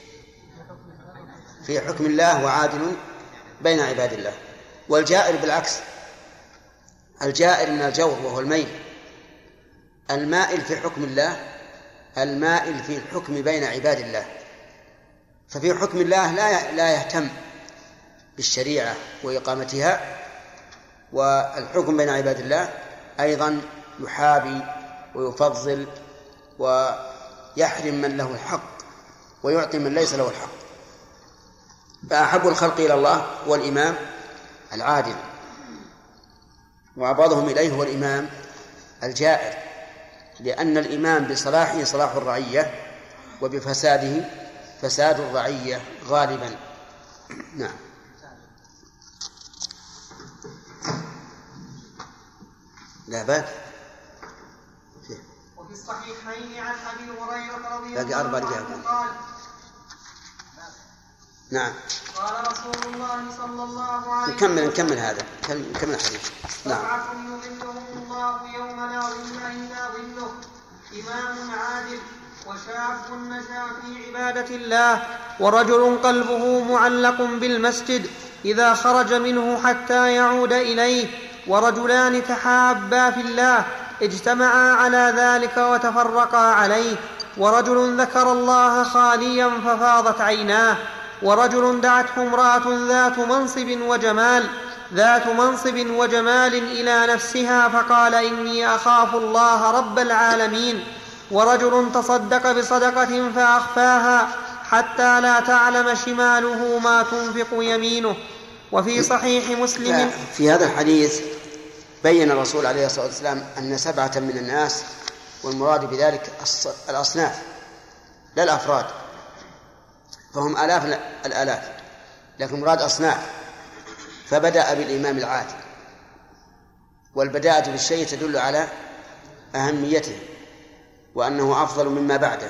في حكم الله وعادل بين عباد الله. والجائر بالعكس، الجائر من الجور وهو الميل، المائل في حكم الله المائل في الحكم بين عباد الله. ففي حكم الله لا لا يهتم بالشريعة وإقامتها، والحكم بين عباد الله أيضا يحابي ويفضل ويحرم من له الحق ويعطي من ليس له الحق. فأحب الخلق إلى الله هو الإمام العادل، وأبغضهم إليه هو الإمام الجائر، لأن الإمام بصلاحه صلاح الرعية وبفساده فساد الرعية غالبا. نعم. لا بأس. وفي الصحيحين عن أبي هريرة رضي باقي أربع الله دقائق. عنه قال: نعم. قال رسول الله صلى الله عليه وسلم: نكمل نكمل هذا نكمل الحديث. نعم. سبعة يظلهم الله يوم لا ظل إلا ظله: إمام عادل، وشاب نشأ في عبادة الله، ورجل قلبه معلق بالمسجد إذا خرج منه حتى يعود إليه، ورجلان تحابا في الله اجتمعا على ذلك وتفرقا عليه، ورجل ذكر الله خاليا ففاضت عيناه، ورجل دعته امرأة ذات منصب وجمال ذات منصب وجمال إلى نفسها فقال: إني أخاف الله رب العالمين، ورجل تصدق بصدقة فأخفاها حتى لا تعلم شماله ما تنفق يمينه. وفي صحيح مسلم في هذا الحديث بين الرسول عليه الصلاة والسلام أن سبعة من الناس، والمراد بذلك الأصناف لا الأفراد، فهم آلاف الآلاف، لكن مراد أصناف. فبدأ بالإمام العادل، والبداءة بالشيء تدل على أهميته وأنه أفضل مما بعده.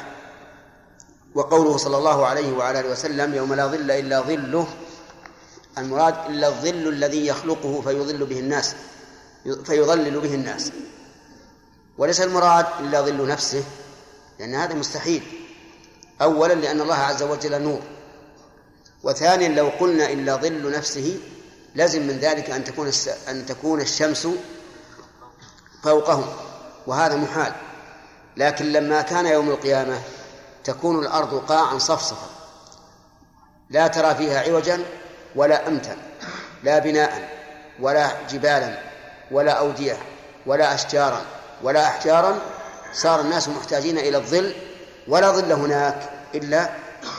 وقوله صلى الله عليه وعلى آله وسلم: يوم لا ظل إلا ظله، المراد إلا الظل الذي يخلقه فيظل به الناس فيظلل به الناس، وليس المراد إلا ظل نفسه، لأن هذا مستحيل. أولا لأن الله عز وجل نور، وثانيا لو قلنا إلا ظل نفسه لازم من ذلك أن تكون أن تكون الشمس فوقهم، وهذا محال. لكن لما كان يوم القيامة تكون الأرض قاعا صفصفا لا ترى فيها عوجا ولا أمتا، لا بناء ولا جبالا ولا أودية ولا أشجارا ولا أحجارا، صار الناس محتاجين إلى الظل، ولا ظل هناك إلا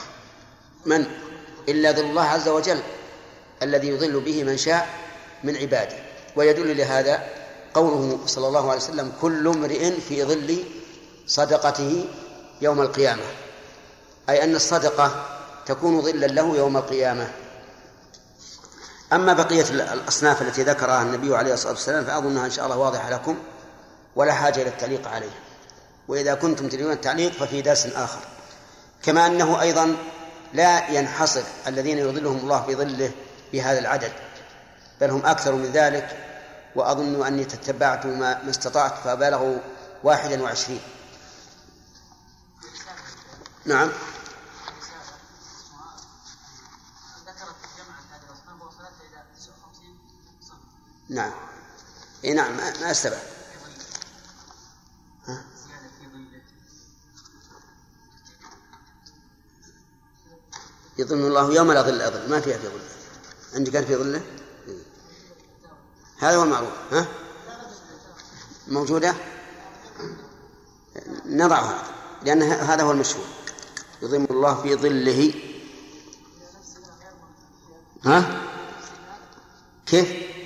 من إلا ظل الله عز وجل الذي يظل به من شاء من عباده. ويدل لهذا قوله صلى الله عليه وسلم: كل امرئ في ظل صدقته يوم القيامة، أي أن الصدقة تكون ظلا له يوم القيامة. أما بقية الأصناف التي ذكرها النبي عليه الصلاة والسلام فأظنها إن شاء الله واضحة لكم ولا حاجة إلى التعليق عليه، وإذا كنتم تريدون التعليق ففي درس آخر. كما أنه أيضا لا ينحصر الذين يظلهم الله في ظله بهذا العدد، بل هم أكثر من ذلك، وأظن أني تتبعت ما استطعت فبلغوا واحدا وعشرين. نعم. نعم. إيه نعم ما استبع. ها؟ يظن الله يوم لا ظل أظل، ما فيها في ظله. عندك كان في ظله؟ هذا هو المعروف. ها؟ موجودة؟ نضعها لأن هذا هو المشهور، يظل الله في ظله. ها؟ كيف؟